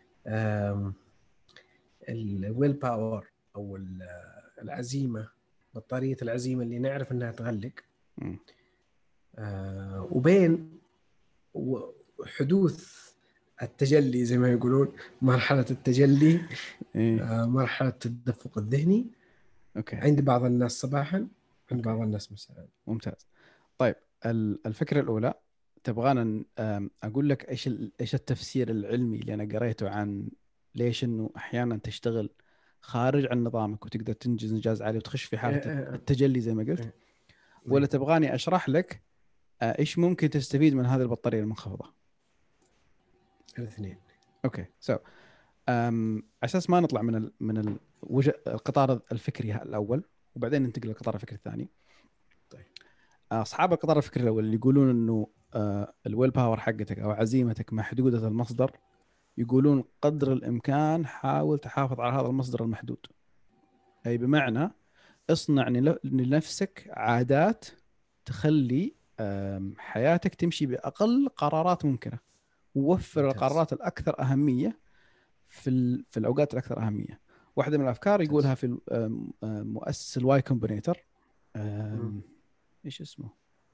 الويل باور او ال- العزيمة، بطارية العزيمة اللي نعرف انها تغلق، مم. آه، وبين و- حدوث التجلي زي ما يقولون، مرحلة التجلي، ايه. آه، مرحلة التدفق الذهني اوكي. عند بعض الناس صباحا، عند بعض اوكي. الناس مساء. ممتاز. طيب ال- الفكره الاولى، تبغانا ن- آم، اقول لك ايش ال- ايش التفسير العلمي اللي انا قريته عن ليش انه احيانا تشتغل خارج عن نظامك وتقدر تنجز انجاز عالي وتخش في آه، حاله آه، التجلي زي ما قلت، آه، ولا آه. تبغاني اشرح لك آه، ايش ممكن تستفيد من هذه البطاريه المنخفضه؟ الاثنين. اوكي. سو أم، على اساس ما نطلع من ال من ال وجه القطار الفكري الاول وبعدين ننتقل للقطار الفكري الثاني. طيب. اصحاب القطار الفكري الاول اللي يقولون انه آه، الويل باور حقتك او عزيمتك محدوده المصدر، يقولون قدر الامكان حاول تحافظ على هذا المصدر المحدود. اي بمعنى اصنع لل- لنفسك عادات تخلي آم، حياتك تمشي باقل قرارات ممكنه، ووفر ممتاز. القرارات الاكثر اهميه في ال- في الاوقات الاكثر اهميه. واحده من الافكار يقولها ممتاز. في ال- آم، آم، مؤسس الواي كومبينيتور. مم. ايش اسمه؟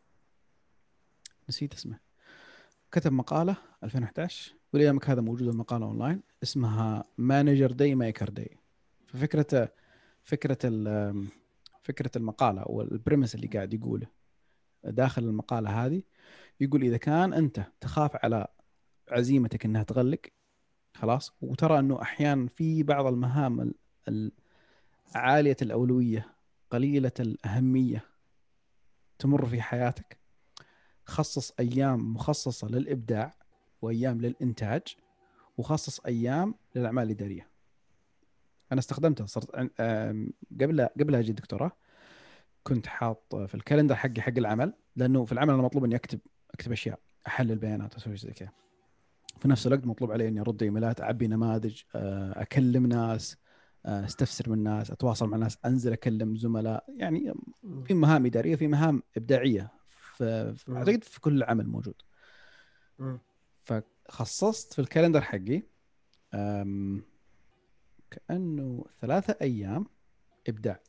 نسيت اسمه. كتب مقاله ألفين وأحد عشر وليامك هذا موجود المقاله اونلاين، اسمها مانجر داي ميكر داي. ففكره فكره ال- آم، فكره المقاله والبريمس اللي قاعد يقوله داخل المقاله هذه، يقول اذا كان انت تخاف على عزيمتك انها تغلق خلاص، وترى انه احيانا في بعض المهام ال- ال- عالية الأولوية قليلة الأهمية تمر في حياتك، خصص أيام مخصصة للإبداع وأيام للإنتاج، وخصص أيام للأعمال الإدارية. أنا استخدمتها، صرت آم، قبل قبل أجي الدكتوراه كنت حاط في الكالندر حقي حق العمل، لأنه في العمل أنا مطلوب إني أكتب أكتب أشياء، أحلل بيانات أسوي زي كذا. في نفس الوقت مطلوب علي إني أرد إيميلات، أعبي نماذج، آه، أكلم ناس، آه، استفسر من ناس، أتواصل مع ناس، أنزل أكلم زملاء. يعني مم. في مهام إدارية، في مهام إبداعية، ف- مم. أعتقد في كل عمل موجود. مم. فخصصت في الكالندر حقي أم، كأنه ثلاثة أيام إبداع.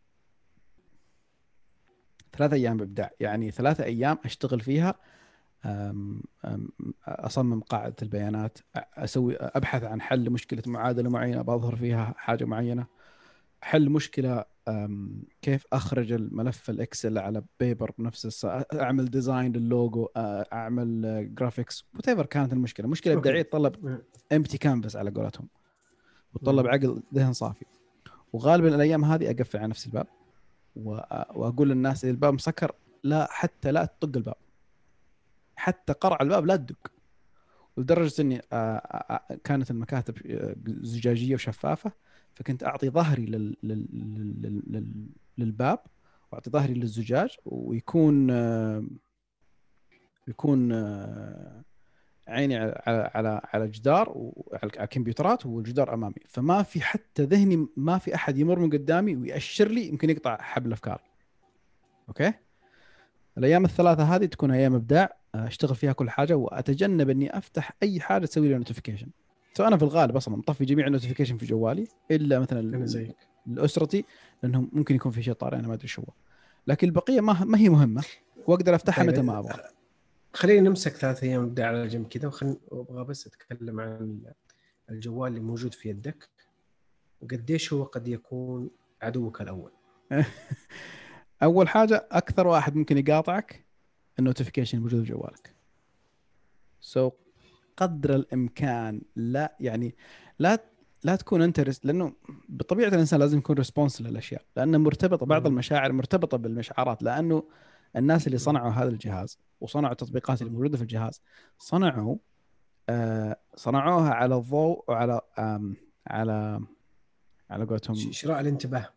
ثلاثة أيام إبداع يعني ثلاثة أيام أشتغل فيها، أم، أم، أصمم قاعدة البيانات، أ- أسوي أبحث عن حل مشكلة معادلة معينة بظهر فيها حاجة معينة، حل مشكلة، أم، كيف أخرج الملف الإكسل على بيبر بنفس الساعة، أعمل ديزاين للوجو، أ- أعمل جرافيكس، whatever كانت المشكلة، مشكلة إبداعية اوكي. تطلب مم. empty canvas على قولتهم، وتطلب مم. عقل ذهن صافي. وغالبا الأيام هذه أقفل على نفس الباب، وأ- وأقول للناس إذا الباب مسكر لا، حتى لا تطق الباب، حتى قرع الباب لا تدق. لدرجة إني آه، آه، آه، كانت المكاتب آه، زجاجية وشفافة، فكنت أعطي ظهري لل... لل... لل... لل... للباب، وأعطي ظهري للزجاج، ويكون آه، يكون آه، عيني على على على جدار وعلى الكمبيوترات والجدار أمامي، فما في حتى ذهني، ما في أحد يمر من قدامي ويأشر لي يمكن يقطع حبل أفكاري. أوكي. الأيام الثلاثة هذه تكون أيام إبداع، أشتغل فيها كل حاجة، وأتجنب إني أفتح أي حاجة تسوي لي نوتيفيكيشن. فأنا في الغالب أصلا مطفي جميع النوتيفيكيشن في جوالي إلا مثلا انا ال- زيك. لأسرتي، لأنهم ممكن يكون في شيء طارئ أنا ما أدري شو هو، لكن البقية ما ما هي مهمة، وأقدر أفتحها متى طيب ما أبغى. خلينا نمسك ثلاث ايام ابداع على جنب كذا، وخلينا ابغى بس اتكلم عن الجوال اللي موجود في يدك وقديش هو قد يكون عدوك الاول. أول حاجة، أكثر واحد ممكن يقاطعك النوتيفيكيشن الموجود في جوالك. سو قدر الامكان لا يعني لا لا تكون انت رس... لانه بطبيعه الانسان لازم يكون ريسبونس للاشياء، لانه مرتبطه، بعض مم. المشاعر مرتبطه بالمشاعرات، لانه الناس اللي صنعوا هذا الجهاز وصنعوا التطبيقات اللي موجوده في الجهاز صنعوا آه صنعوها على الضوء وعلى آم على على قولتهم شراء الانتباه.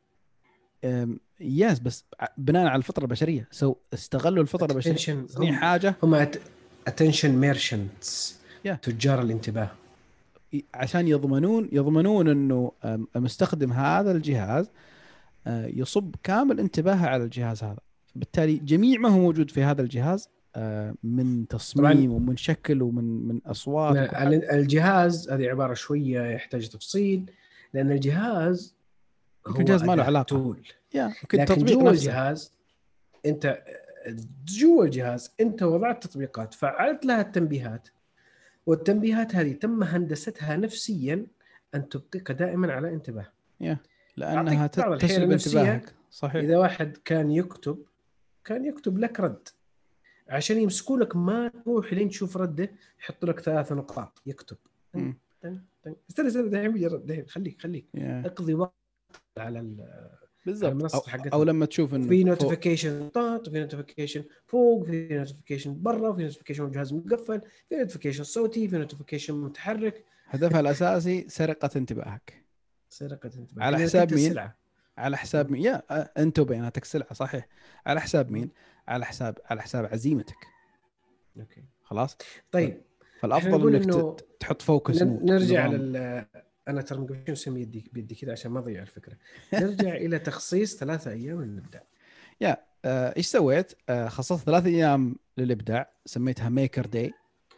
يس بس بناء على الفطره البشريه، سو استغلوا الفطره البشريه attention تصنيع هم حاجه. هم attention merchants yeah. تجار الانتباه، عشان يضمنون يضمنون انه مستخدم هذا الجهاز يصب كامل انتباهه على الجهاز هذا، بالتالي جميع ما هو موجود في هذا الجهاز من طبعا تصميم ومن شكل ومن من اصوات وكل حاجة. الجهاز هذه عباره شويه يحتاج تفصيل، لان الجهاز يمكن هو الجهاز ما له أداة علاقه تول. يا يمكن لكن التطبيق جوا نفسه. الجهاز انت جوا الجهاز انت وضعت تطبيقات، فعلت لها التنبيهات، والتنبيهات هذه تم هندستها نفسيا ان تبقيك دائما على انتباه. يا لانها اعطيك بعض الحيل تسلب النفسيه. انتباهك. صحيح. اذا واحد كان يكتب كان يكتب لك رد عشان يمسكوا لك، ما تروح لين تشوف رده يحط لك ثلاث نقاط يكتب م. استنى استنى دحين بيجرب دحين خليك خليك yeah. اقضي وقت على على المنصه أو, حقتنا. او لما تشوف انه في نوتيفيكيشن طاط، في نوتيفيكيشن فوق، في نوتيفيكيشن برا، في نوتيفيكيشن الجهاز مقفل، في نوتيفيكيشن صوتي، في نوتيفيكيشن متحرك. هدفها الاساسي سرقه انتباهك. سرقه انتباه على لأنك حساب أنت مين؟ السلعة. على حساب مين؟ يا انت وبياناتك سلعه. صحيح. على حساب مين؟ على حساب على حساب عزيمتك. اوكي خلاص. طيب فالافضل انك إنه تحط فوكس مود. نرجع لل انا ترى قبل شوي مسمي يدي بيدي كذا عشان ما اضيع الفكره. نرجع الى تخصيص ثلاثة ايام للابداع. يا آه، ايش سويت؟ آه، خصصت ثلاث ايام للابداع، سميتها ميكر داي،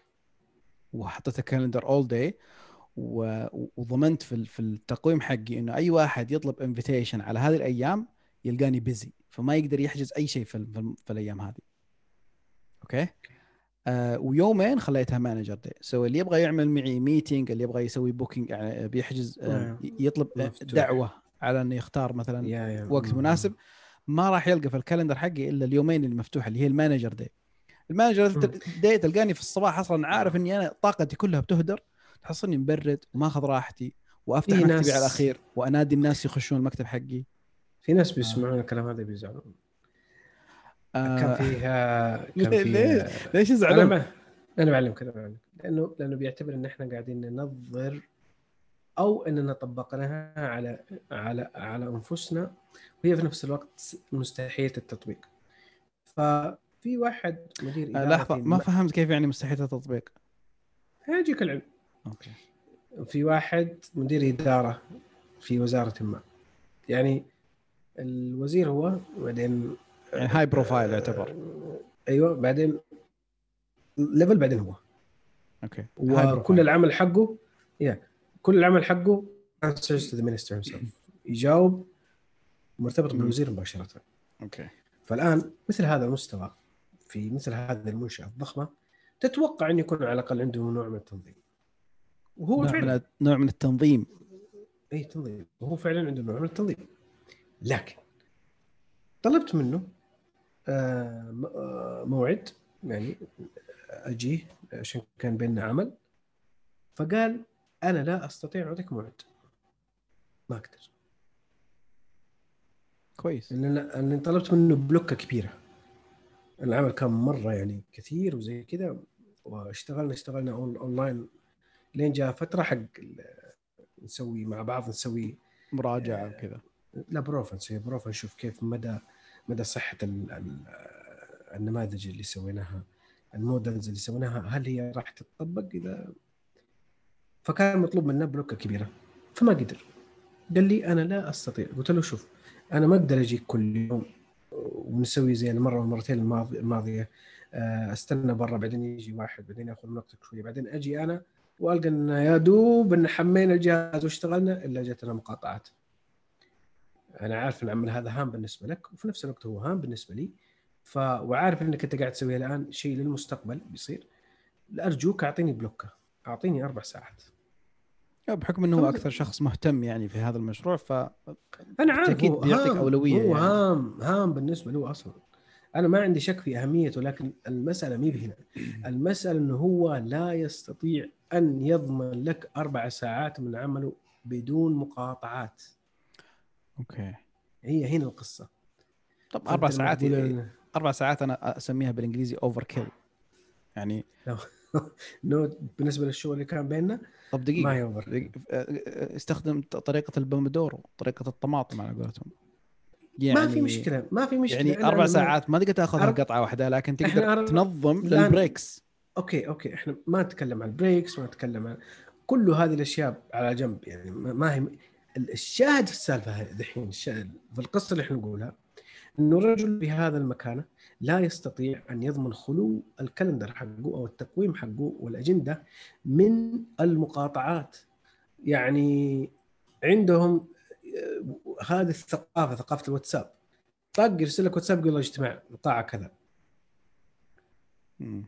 وحطيتها كالندر اول داي، وضمنت في في التقويم حقي انه اي واحد يطلب انفيتيشن على هذه الايام يلقاني بيزي، فما يقدر يحجز اي شيء في, في, في الايام هذه. اوكي. آه ويومين خليتها مانجر داي، سو اللي يبغى يعمل معي ميتينج، اللي يبغى يسوي بوكينج يعني بيحجز آه يطلب مفتوح. دعوه على انه يختار مثلا يا يا وقت مناسب، ما راح يلقى في الكالندر حقي الا اليومين اللي مفتوحه اللي هي المانجر داي. المانجر داي تلقاني في الصباح اصلا عارف اني انا طاقتي كلها بتهدر، تحصلني مبرد وما اخذ راحتي وافتح مكتبي ناس... على الاخير وانادي الناس يخشون المكتب حقي. في ناس بيسمعون آه. الكلام هذا بيزعلون. آه. كان فيها كان ليه فيها ليه ليش يزعلون؟ انا ما... انا بعلمك انا بعلمك لانه لانه بيعتبر ان احنا قاعدين ننظر او اننا طبقناها على على على انفسنا، وهي في نفس الوقت مستحيل التطبيق. ففي واحد مدير اداره آه لحظه ما فهمت كيف يعني مستحيل التطبيق. هاجيك العلم. اوكي. في واحد مدير اداره في وزاره ما، يعني الوزير هو بعدين يعني هاي بروفايل يعتبر. ايوه بعدين ليفل بعدين هو. اوكي. وكل العمل حقه يا كل العمل حقه answers to the minister himself، يجاوب مرتبط بالوزير مباشرة. اوكي. فالآن مثل هذا المستوى في مثل هذه المنشأة الضخمة تتوقع أن يكون على الأقل عنده نوع من التنظيم، وهو نوع من نوع من التنظيم. أي تنظيم، وهو فعلا عنده نوع من التنظيم. لكن طلبت منه موعد يعني أجيه عشان كان بيننا عمل، فقال أنا لا أستطيع أعطيك موعد، ما أقدر. كويس. لأن طلبت منه بلوكة كبيرة، العمل كان مرة يعني كثير وزي كذا، واشتغلنا اشتغلنا أونلاين لين جاء فترة حق نسوي مع بعض نسوي مراجعة وكذا. لا بروفا نسوي بروفا نشوف كيف مدى مدى صحة النماذج اللي سويناها، المودلز اللي سويناها هل هي راح تتطبق إذا. فكان مطلوب منا بلوكة كبيرة فما قدر. قال لي أنا لا أستطيع. قلت له شوف أنا ما أقدر أجيك كل يوم ونسوي زي المرة والمرتين الماضية أستنى برا بعدين يجي واحد بعدين يأخذ من وقتك شوية بعدين أجي أنا وألقى أن يا دوب أن حمينا الجهاز واشتغلنا إلا جاتنا مقاطعات. أنا عارف أن العمل هذا هام بالنسبة لك وفي نفس الوقت هو هام بالنسبة لي، ف وعارف أنك أنت قاعد تسويه الآن شيء للمستقبل بيصير، أرجوك أعطيني بلوكة، أعطيني أربع ساعات. بحكم أنه هو أكثر شخص مهتم يعني في هذا المشروع ف أنا عارف أكيد بيعطيك أولوية. هو يعني. هام هام بالنسبة له أصلا. أنا ما عندي شك في أهميته، لكن المسألة مي بهنا. المسألة أنه هو لا يستطيع أن يضمن لك أربع ساعات من عمله بدون مقاطعات. أوكي. هي هنا القصة. طب أربع ساعات اربع ساعات انا اسميها بالانجليزي اوفر كيل يعني. نو بالنسبه للشغل اللي كان بيننا طب ما دقيقه، يوفر. دقيقة. استخدم طريقه البومودورو، طريقه الطماطم على قولتهم. ما في يعني مشكله، ما في مشكله. يعني انا اربع انا ما ساعات ما تقدر تاخذها أرب... قطعه واحده، لكن تقدر احنا أرب... تنظم الان للبريكس. اوكي اوكي احنا ما نتكلم عن البريكس، ما نتكلم عن كل هذه الاشياء على جنب يعني. ما ما هي الشاهد في السالفه هذه دحين، الشاهد في القصه اللي احنا نقولها انه رجل بهذا المكانه لا يستطيع ان يضمن خلو الكالندر حقه او التقويم حقه والاجنده من المقاطعات. يعني عندهم آه، هذه الثقافه، ثقافه الواتساب. طق يرسل لك واتساب يقول اجتماع القاعه كذا. مم.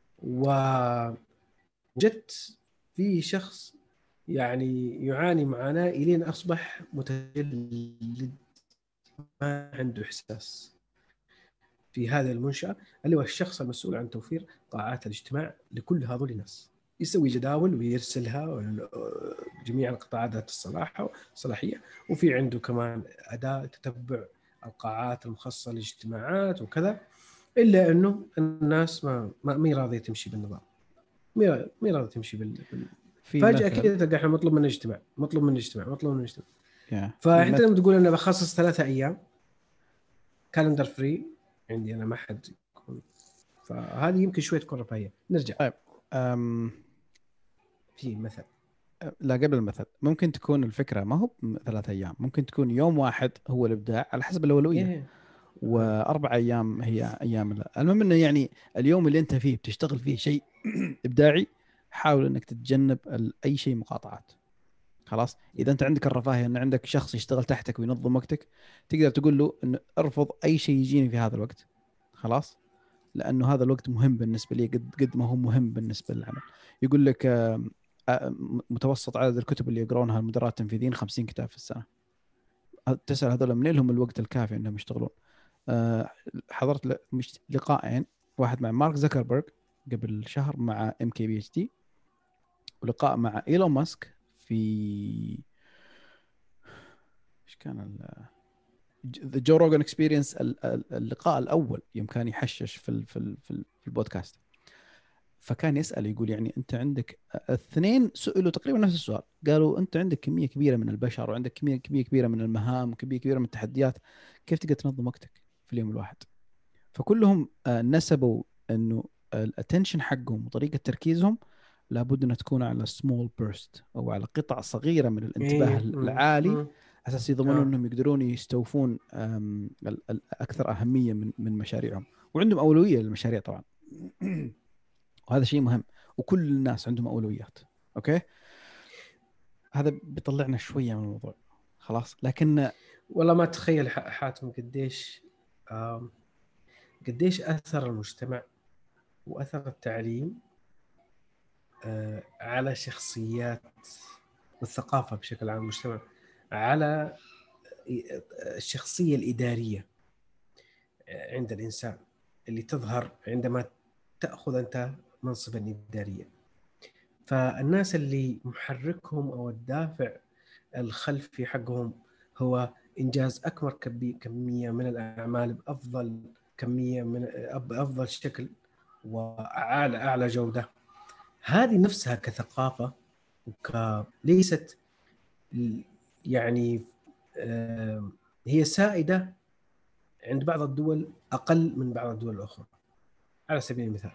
وجدت في شخص يعني يعاني معاناه الين اصبح متجلد، ما عنده احساس في هذه المنشأة، اللي هو الشخص المسؤول عن توفير قاعات الاجتماع لكل هذول الناس. يسوي جداول ويرسلها جميع القطاعات ذات الصلاح الصلاحية، وفي عنده كمان أداة تتبع القاعات المخصصة للاجتماعات وكذا. إلا إنه الناس ما ما مي راضية تمشي بالنظام، مي مي راضية تمشي بال في فجأة مثل كذا تلقى احنا مطلوب مننا اجتماع، مطلوب مننا اجتماع، مطلوب مننا اجتماع. يا في فأنت لما مثل تقول أنا بخصص ثلاثة أيام كالندر فري عندي أنا، ما حد يكون، فهذه يمكن شويه تكون رفاهيه. نرجع طيب. أم... في مثل. لا، قبل المثل ممكن تكون الفكرة ما هو ثلاثة أيام، ممكن تكون يوم واحد هو الإبداع على حسب الأولوية، إيه. وأربع أيام هي أيام لا. المهم إنه يعني اليوم اللي أنت فيه بتشتغل فيه شيء إبداعي، حاول إنك تتجنب ال- أي شيء مقاطعات. خلاص، إذا أنت عندك الرفاهية إن عندك شخص يشتغل تحتك وينظم وقتك، تقدر تقول له إنه ارفض أي شيء يجيني في هذا الوقت. خلاص، لأنه هذا الوقت مهم بالنسبة لي قد قد ما هو مهم بالنسبة للعمل. يقول لك آم، آم، متوسط عدد الكتب اللي يقرونها المدراء التنفيذيين خمسين كتاب في السنة. تسأل هذول منين لهم الوقت الكافي انهم يشتغلون؟ أه حضرت ل- مش لقاءين، واحد مع مارك زكربرج قبل شهر مع ام كي بي اتش دي، ولقاء مع ايلون ماسك في ايش كان ذا جو روجن اكسبيرينس، اللقاء الاول يوم كان يحشش في ال في ال في ال- في البودكاست. فكان يسأل يقول يعني انت عندك الاثنين سئلوا تقريبا نفس السؤال، قالوا انت عندك كمية كبيرة من البشر وعندك كمية كمية كبيرة من المهام وكمية كبيرة من التحديات، كيف تقدر تنظم وقتك في اليوم الواحد؟ فكلهم آه، نسبوا انه الاتنشن حقهم وطريقة تركيزهم لابد انها تكون على سمول بيرست او على قطع صغيرة من الانتباه إيه. مم. العالي، مم. اساس يضمنوا آه. انهم يقدرون يستوفون آم، ال- ال- اكثر اهمية من من مشاريعهم، وعندهم اولوية للمشاريع طبعا. وهذا شيء مهم، وكل الناس عندهم أولويات. أوكي، هذا بيطلعنا شوية من الموضوع. خلاص، لكن والله ما تخيل ح- حاتم قديش آم، قديش أثر المجتمع وأثر التعليم آه، على شخصيات والثقافة بشكل عام، المجتمع على الشخصية الإدارية عند الإنسان اللي تظهر عندما تأخذ أنت منصبا إداريا. فالناس اللي محركهم أو الدافع الخلفي حقهم هو إنجاز أكبر كمية من الأعمال بأفضل كمية من بأفضل شكل وأعلى أعلى جودة. هذه نفسها كثقافة وك ليست يعني آه، هي سائدة عند بعض الدول أقل من بعض الدول الأخرى. على سبيل المثال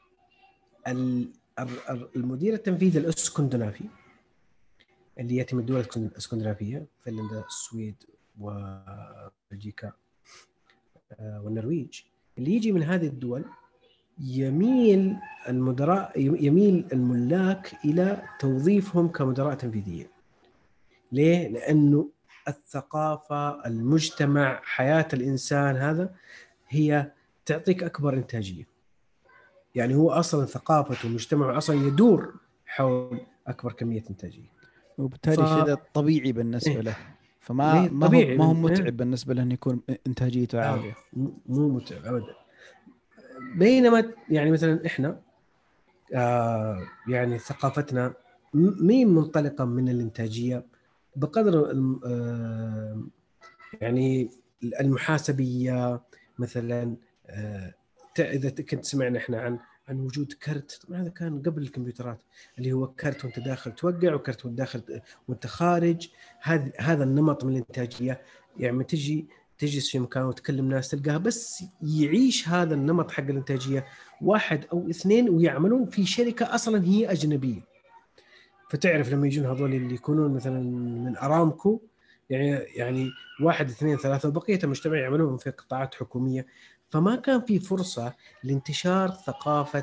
المدير التنفيذي الاسكندنافي اللي يأتي من الدول الاسكندنافية، فنلندا، السويد وبلجيكا والنرويج، اللي يجي من هذه الدول يميل المدراء يميل الملاك إلى توظيفهم كمدراء تنفيذيين. ليه؟ لأنه الثقافة، المجتمع، حياة الإنسان هذا هي تعطيك أكبر إنتاجية. يعني هو أصلا ثقافته ومجتمعه أصلا يدور حول أكبر كمية إنتاجية. ف وبالتالي الشيء ذا طبيعي بالنسبة إيه؟ له، فما ليه ما هو طبيعي ما هو من... إيه؟ متعب بالنسبة له انه يكون انتاجيته آه. عالية. مو متعب أبدا. بينما يعني مثلا إحنا آه يعني ثقافتنا مين منطلقة من الإنتاجية بقدر آه يعني المحاسبية مثلا، آه، اذا كنت سمعنا احنا عن عن وجود كرت، طبعا هذا كان قبل الكمبيوترات، اللي هو كرت وانت داخل توقع وكرت وانت داخل وانت خارج. هذا هذا النمط من الانتاجيه. يعني تجي تجلس في مكان وتكلم ناس تلقاها بس يعيش هذا النمط حق الانتاجيه واحد او اثنين ويعملون في شركه اصلا هي اجنبيه. فتعرف لما يجون هذول اللي يكونون مثلا من ارامكو، يعني يعني واحد اثنين ثلاثه وبقيه المجتمع يعملون في قطاعات حكوميه. فما كان في فرصه لانتشار ثقافه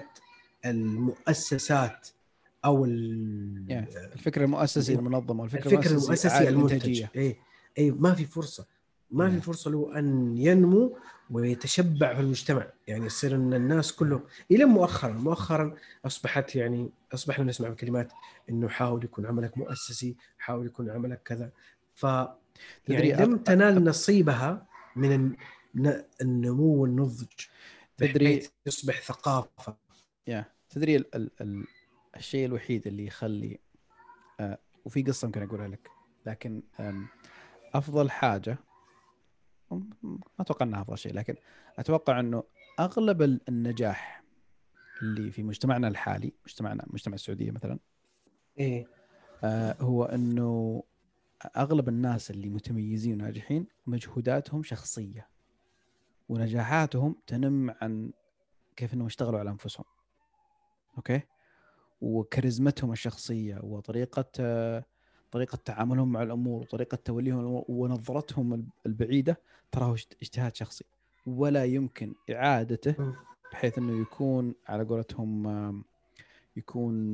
المؤسسات او الفكر المؤسسي المنظم والفكر الفكر المؤسسي المؤسسي عالي المنتج. الانتاجيه. اي اي ما في فرصه ما في Yeah. فرصه له ان ينمو ويتشبع في المجتمع. يعني يصير ان الناس كلهم الى مؤخرا مؤخرا اصبحت يعني اصبحنا نسمع بكلمات انه حاول يكون عملك مؤسسي، حاول يكون عملك كذا. ف يعني لم تنال نصيبها من النمو والنضج بحيث يصبح ثقافه. يا yeah. تدري ال ال ال الشيء الوحيد اللي يخلي آه وفي قصه ممكن اقولها لك، لكن افضل حاجه ما اتوقع انها افضل شيء، لكن اتوقع انه اغلب النجاح اللي في مجتمعنا الحالي، مجتمعنا مجتمع السعوديه مثلا، ايه آه هو انه اغلب الناس اللي متميزين وناجحين مجهوداتهم شخصيه، ونجاحاتهم تنم عن كيف انهم اشتغلوا على انفسهم. اوكي. وكاريزمتهم الشخصيه وطريقه آه طريقه تعاملهم مع الامور وطريقه توليهم الامور ونظرتهم البعيده، تراه اجتهاد شخصي ولا يمكن اعادته، بحيث انه يكون على قولتهم يكون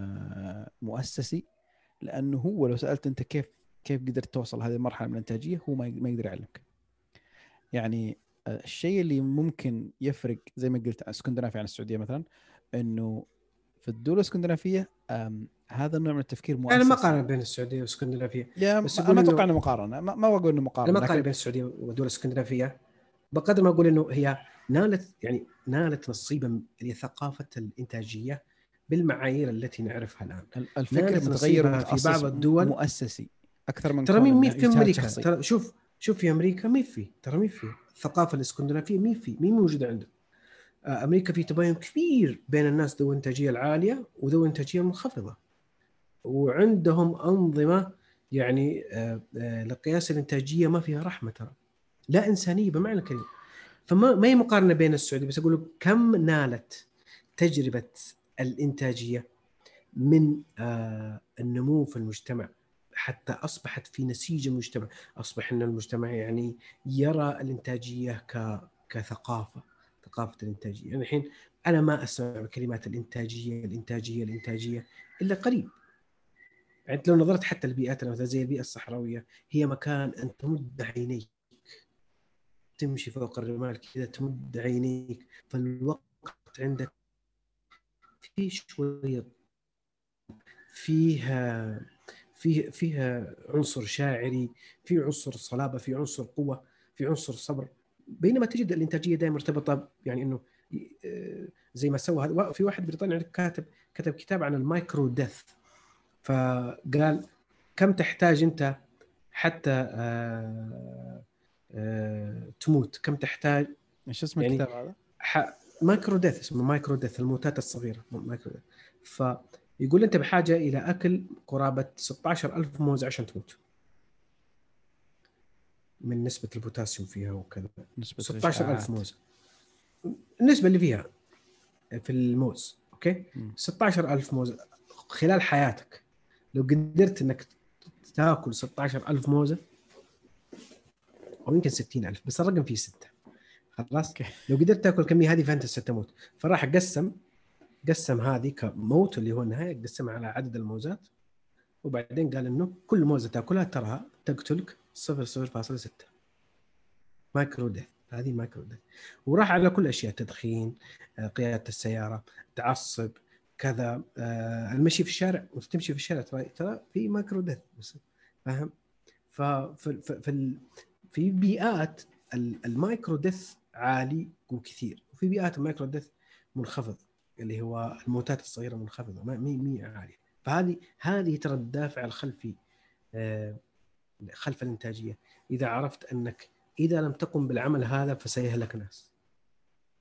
مؤسسي. لانه هو لو سالت انت كيف كيف قدرت توصل هذه المرحله من الانتاجيه، هو ما ما يقدر يعلمك. يعني الشيء اللي ممكن يفرق زي ما قلت عن اسكندنافيا عن السعوديه مثلا، انه في الدول الاسكندنافيه هذا النوع من التفكير مؤسسي. انا ما قارن بين السعوديه والاسكندنافيه، بس ما اتوقع انه مقارنه، ما, ما بقول انه مقارنه. انا ما قارن بين السعوديه والدول الاسكندنافيه بقدر ما اقول انه هي نالت يعني نالت نصيبا لثقافه الانتاجيه بالمعايير التي نعرفها الان. الفكر متغير في بعض الدول مؤسسي اكثر من ترى كون مين انه في اجتهاد امريكا شخصي. ترى شوف شوف في امريكا مين في ترى مين في الثقافه الاسكندنافيه مين في مين موجوده عندهم. امريكا في تباين كبير بين الناس ذوي الانتاجيه العاليه وذوي الانتاجيه المنخفضه، وعندهم انظمه يعني لقياس الانتاجيه ما فيها رحمه، ترى لا انسانيه بمعنى الكلمه. فما ما هي مقارنه بين السعوديه، بس اقول كم نالت تجربه الانتاجيه من آه النمو في المجتمع حتى اصبحت في نسيج المجتمع. اصبح ان المجتمع يعني يرى الانتاجيه ك كثقافه، ثقافه الانتاجيه. يعني الحين انا ما اسمع بكلمات الانتاجيه الانتاجيه الانتاجيه الا قريب. يعني لو نظرت حتى البيئات مثلا زي البيئه الصحراويه، هي مكان انت تمد عينيك تمشي فوق الرمال كذا تمد عينيك، فالوقت عندك فيه شويه فيها فيه فيها عنصر شاعري، في عنصر صلابه، في عنصر قوه، في عنصر صبر. بينما تجد الانتاجيه دائما مرتبطه يعني انه زي ما سوى هذا في واحد بريطاني كاتب كتب كتاب عن المايكرو ديث، فقال كم تحتاج انت حتى آآ آآ تموت، كم تحتاج. ايش اسم يعني الكتاب هذا؟ مايكرو ديث، اسمه مايكرو ديث، الموتات الصغيره مايكرو ديث. فيقول انت بحاجه الى اكل قرابه ستة عشر ألف موز عشان تموت، من نسبه البوتاسيوم فيها وكذا. نسبه ستة عشر ألف الاشعاعات، موز النسبه اللي فيها في الموز. اوكي م. ستة عشر ألف موز خلال حياتك. لو قدرت انك تاكل ستة عشر ألف موزه او يمكن ستين ألف، بس الرقم فيه ستة، خلاص. okay. لو قدرت تاكل كميه هذه فانت ستموت. فراح قسم قسم هذه كموت اللي هو النهايه، قسمها على عدد الموزات، وبعدين قال انه كل موزه تاكلها تراها تقتلك صفر فاصلة ستة مايكرو ديث. هذه مايكرو ديث. وراح على كل اشياء، تدخين، قياده السياره، تعصب، كذا، المشي في الشارع وتمشي في الشارع ترى ترى في مايكرو ديث، بس فاهم. ففي في في بيئات المايكرو ديث عالي وكثير، وفي بيئات المايكرو ديث منخفض، اللي هو الموتات الصغيره منخفضه ما مي مي عاليه. فهذه هذه ترى الدافع الخلفي خلف الانتاجيه. اذا عرفت انك اذا لم تقم بالعمل هذا فسيهلك ناس.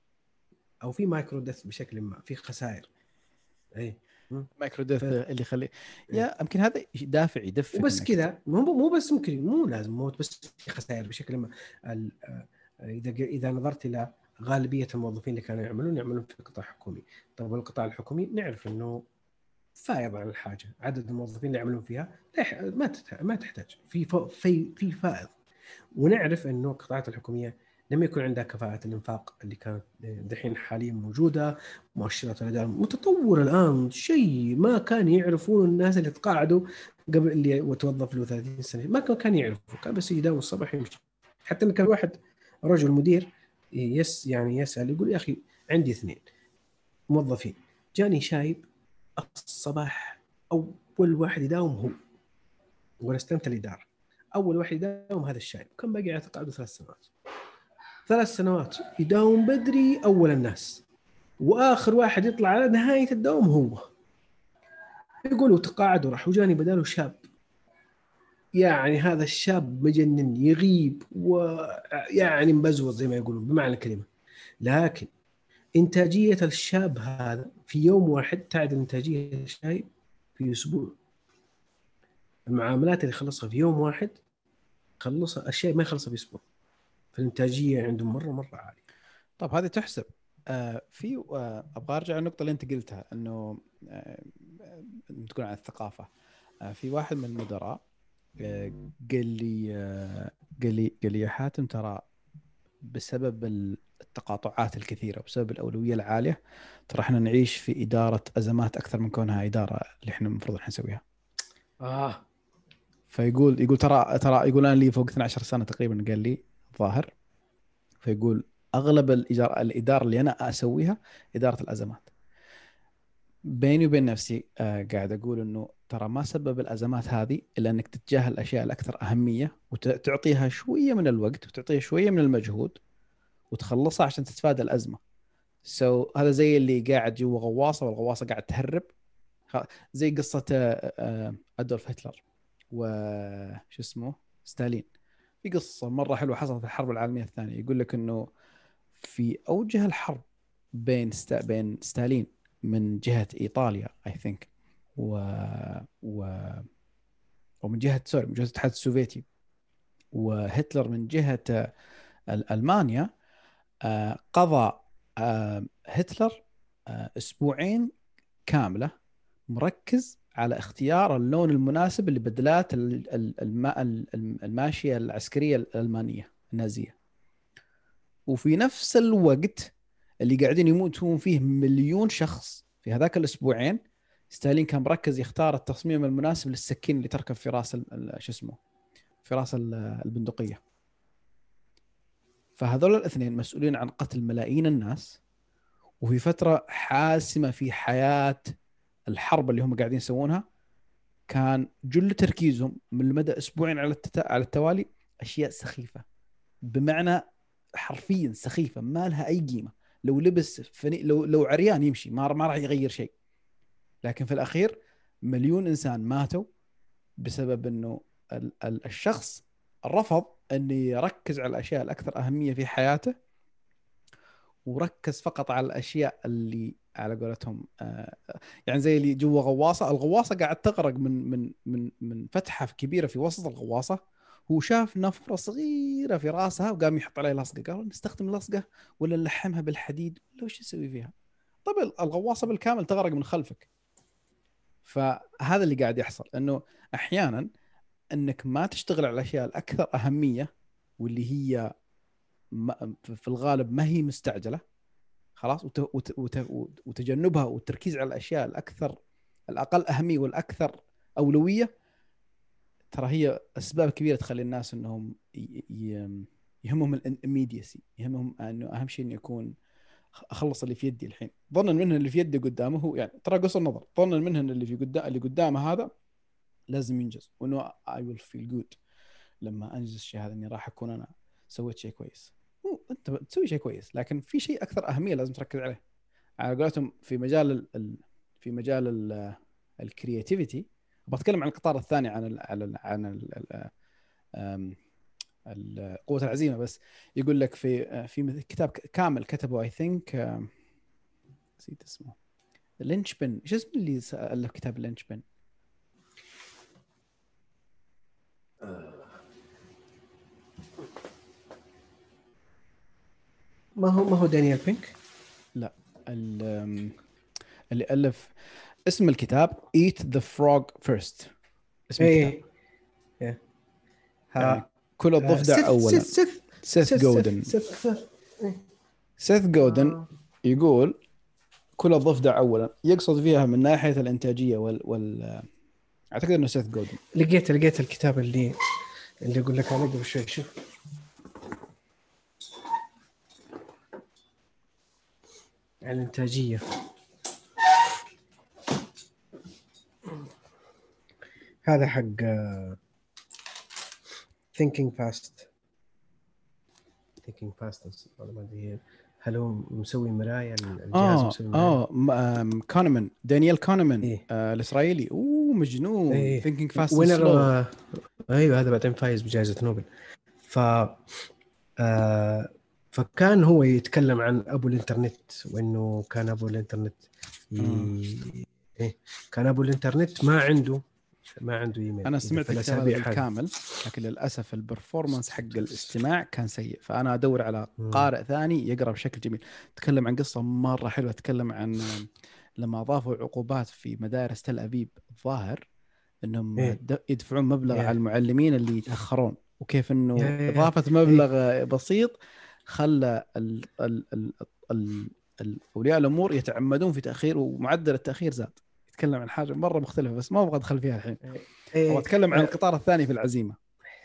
او في مايكرو ديث بشكل ما، في خسائر. اي مايكرو ديث ف... اللي يخلي إيه. يا يمكن هذا دافع يدفك وبس انك كذا، مو مو بس ممكن، مو لازم موت، بس في خسائر بشكل ما. ال... آه، اذا اذا نظرت الى غالبيه الموظفين اللي كانوا يعملون يعملون في القطاع الحكومي. طب القطاع الحكومي نعرف انه فائض عن الحاجه، عدد الموظفين اللي يعملون فيها لا يح... ما تت... ما تحتاج في ف... في في فائض. ونعرف انه القطاعات الحكوميه لم يكن عندها كفاءة الإنفاق اللي كانت دحين حاليا موجودة. مؤشرات الأداء متطورة الآن، شيء ما كان يعرفون الناس اللي تقاعدوا قبل، اللي توظف له ثلاثين سنة ما كان يعرفوا، كان بس يداوم الصباح يمشي. حتى إن كان واحد رجل مدير يس يعني يسأل يقول يا أخي عندي اثنين موظفين، جاني شايب الصباح أول واحد يداوم هو، وأنا استلمت الإدارة، أول واحد يداوم هذا الشايب، كان باقي على تقاعده ثلاث سنوات. ثلاث سنوات يداوم بدري أول الناس، وآخر واحد يطلع على نهاية الدوام هو. يقولوا تقاعد وراح، وجاني بداله شاب، يعني هذا الشاب مجنن يغيب ويعني مبزوط زي ما يقولون بمعنى الكلمة. لكن إنتاجية الشاب هذا في يوم واحد تعدل إنتاجية الشايب في أسبوع. المعاملات اللي خلصها في يوم واحد خلصها الشايب ما يخلصها في أسبوع. فالإنتاجية عندهم مرة مرة عالية. طب هذه تحسب. آه في آه ابغى ارجع للنقطه اللي انت قلتها انه آه تكون عن الثقافه. آه في واحد من المدراء آه قال لي آه قال لي قال لي يا حاتم، ترى بسبب التقاطعات الكثيره وبسبب الاولويه العاليه، ترى احنا نعيش في اداره ازمات اكثر من كونها اداره اللي احنا المفروض احنا نسويها. آه فيقول يقول ترى ترى يقول انا لي فوق اثنا عشر سنه تقريبا، قال لي ظاهر. فيقول اغلب الاداره الاداره اللي انا اسويها اداره الازمات. بيني وبين نفسي آه قاعد اقول انه ترى ما سبب الازمات هذه الا انك تتجاهل الاشياء الاكثر اهميه وتعطيها شويه من الوقت وتعطيها شويه من المجهود وتخلصها عشان تتفادى الازمه. سو so, هذا زي اللي قاعد جوا غواصه والغواصه قاعد تهرب. زي قصه آه آه ادولف هتلر وش اسمه ستالين. في قصه مره حلوه حصلت في الحرب العالميه الثانيه، يقول لك انه في اوجه الحرب بين ستا... بين ستالين من جهة إيطاليا I think و... و... ومن جهة سوري من جهة الاتحاد السوفيتي، وهتلر من جهة آه، ألمانيا. آه، قضى آه، هتلر آه، أسبوعين كاملة مركز على اختيار اللون المناسب لبدلات ال- ال- الم- ال- الماشية العسكرية الألمانية النازية. وفي نفس الوقت اللي قاعدين يموتون فيه مليون شخص في هذاك الأسبوعين، ستالين كان مركز يختار التصميم المناسب للسكين اللي تركب في راس شو اسمه في راس البندقية. فهذول الاثنين مسؤولين عن قتل ملايين الناس، وفي فترة حاسمة في حياة الحرب اللي هم قاعدين يسوونها كان جل تركيزهم من مدى أسبوعين على التت... على التوالي أشياء سخيفة، بمعنى حرفيا سخيفة ما لها أي قيمة. لو لبس فني... لو لو عريان يمشي ما ما راح يغير شيء. لكن في الأخير مليون إنسان ماتوا بسبب أنه ال... ال... الشخص رفض أن يركز على الأشياء الأكثر أهمية في حياته، وركز فقط على الأشياء اللي على قولتهم آه يعني زي اللي جوا غواصة، الغواصة قاعد تغرق من من من من فتحة كبيرة في وسط الغواصة. هو شاف نافورة صغيرة في راسها وقام يحط عليها لصقة، قال نستخدم لصقة ولا نلحمها بالحديد ولا وش نسوي فيها؟ طب الغواصة بالكامل تغرق من خلفك. فهذا اللي قاعد يحصل، انه احيانا انك ما تشتغل على الاشياء الاكثر اهمية واللي هي في الغالب ما هي مستعجلة خلاص، وت... وت... وت... وتجنبها والتركيز على الاشياء الاكثر الاقل اهمية والاكثر اولوية. ترى هي اسباب كبيره تخلي الناس انهم ي... ي... يهمهم الاميديسي، يهمهم انه اهم شيء انه يكون اخلص اللي في يدي الحين، ظنا منه اللي في يدي قدامه هو يعني ترى قصر النظر، ظنا منه اللي في قدام اللي قدامه هذا لازم ينجز، وانه I will feel good لما انجز الشيء هذا اني راح اكون انا سويت شيء كويس. انت تسوي شيء كويس لكن في شيء اكثر اهميه لازم تركز عليه. على قولتهم في مجال ال... في مجال الكرياتيفيتي. بتكلم عن القطار الثاني عن ال عن ال عن ال قوة العزيمة. بس يقول لك في في كتاب كامل كتبه اي ثينك نسيت اسمه. لينش بن، ايش اسمه اللي الف كتاب لينش بن؟ ما هو ما هو دانيال بينك. لا، اللي الف اسم الكتاب Eat the Frog First، اسم الكتاب. ايه ايه يعني ها. كل آه، الضفدع سيث اولا. سيث سيث سيث سيث سيث جودن. سيث سيث إيه. سيث جودن آه. يقول كل الضفدع اولا، يقصد فيها من ناحيه الانتاجيه وال, وال... اعتقد انه سيث جودن. لقيت لقيت الكتاب اللي اللي يقول لك انا قبل شوي. شوف عن الانتاجيه. هذا حق آه، thinking fast thinking fast ولا ما ادري هل هو مسوي مرايه، الجهاز اه مسوي مرايه. اه م- آم، كانمان، دانيال كانمان، ايه آه الاسرائيلي. اوه مجنون. ايه ثينكينج فاست اند وينر سلو. آه، ايوه هذا بعدين فايز بجائزه نوبل. ف آه فكان هو يتكلم عن ابو الانترنت، وانه كان ابو الانترنت ي... إيه؟ كان ابو الانترنت ما عنده ما عنده ايميل انا اذا سمعت في الكتاب هذا الاسابيع هذه. بالكامل، لكن للاسف البرفورمانس حق الاستماع كان سيء، فانا ادور على مم. قارئ ثاني يقرا بشكل جميل. تكلم عن قصه مره حلوه، تكلم عن آم، لما اضافوا عقوبات في مدارس تل ابيب، الظاهر انهم ايه د- يدفعون مبلغ على يا المعلمين اللي يتاخرون، وكيف يا انه يا اضافه ايه مبلغ بسيط خلى ال ال ال ال ال اولياء الامور يتعمدون في تاخير، ومعدل التاخير زاد. يتكلم عن حاجه مره مختلفه، بس ما ابغى ادخل فيها الحين. ابغى ايه اتكلم عن آه، القطار الثاني في العزيمه.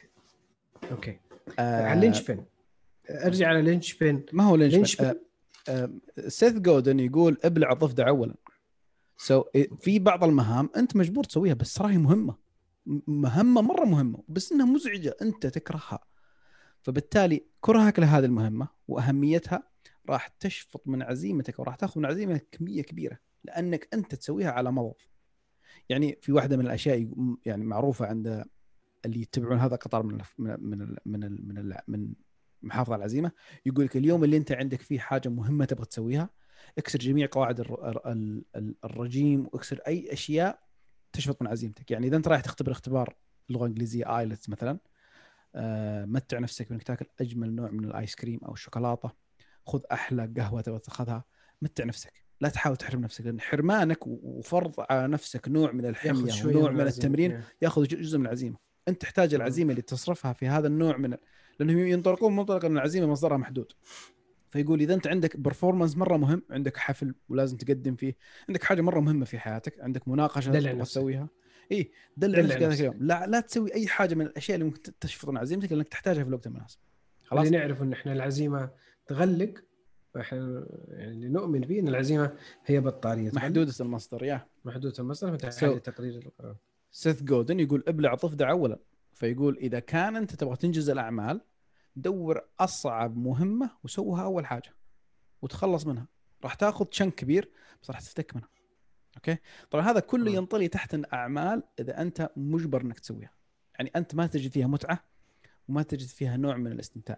اوكي. على آه لينش بن، ارجع على لينش بن. ما هو لينش بن؟ لينش آه بن آه سيث جودن يقول ابلع الضفدع اولا. سو so, في بعض المهام انت مجبور تسويها، بس ترى هي مهمه، م- مهمه مره مهمه، بس انها مزعجه انت تكرهها. فبالتالي كرهك لهذه المهمه واهميتها راح تشفط من عزيمتك، وراح تاخذ من عزيمتك كميه كبيره، لانك انت تسويها على مضض. يعني في واحده من الاشياء يعني معروفه عند اللي يتبعون هذا القطار من الف- من من ال- من ال- من ال- من محافظه العزيمه، يقول لك اليوم اللي انت عندك فيه حاجه مهمه تبغى تسويها، اكسر جميع قواعد الر- ال- ال- الرجيم، واكسر اي اشياء تشفط من عزيمتك. يعني اذا انت رايح تختبر اختبار لغه انجليزيه ايلتس مثلا، آه، متع نفسك بانك تاكل اجمل نوع من الايس كريم او الشوكولاته، خذ احلى قهوه تبغى تاخذها، متع نفسك، لا تحاول تحرم نفسك، لان حرمانك وفرض على نفسك نوع من ياخذ الحميه شويه ونوع من من العزيمه. التمرين yeah. ياخذ جزء من العزيمه. انت تحتاج مم. العزيمه اللي تصرفها في هذا النوع من ال... لانهم ينطلقون منطلق ان العزيمه مصدرها محدود. فيقول اذا انت عندك برفورمانس مره مهم، عندك حفل ولازم تقدم فيه، عندك حاجه مره مهمه في حياتك، عندك مناقشه دلع تبغى نفسك تسويها، اي دلع دلع نفسك هذاك اليوم. نفسك. لا لا تسوي اي حاجه من الاشياء اللي ممكن تشفط من عزيمتك، لانك تحتاجها في الوقت المناسب. واللي خلاص. نعرف ان احنا العزيمه تغلق، احنا يعني اللي نؤمن به ان العزيمه هي بطاريه تغلق محدوده المصدر يا محدوده المصدر في سو تحليل تقرير القرار. سيث جودن يقول ابلع ضفدع اولا. فيقول اذا كان انت تبغى تنجز الاعمال، دور اصعب مهمه وسوها اول حاجه وتخلص منها، راح تاخذ شنك كبير بس راح تفتك منها. اوكي. طبعا هذا كله م. ينطلي تحت الاعمال اذا انت مجبر انك تسويها، يعني انت ما تجد فيها متعه وما تجد فيها نوع من الاستمتاع.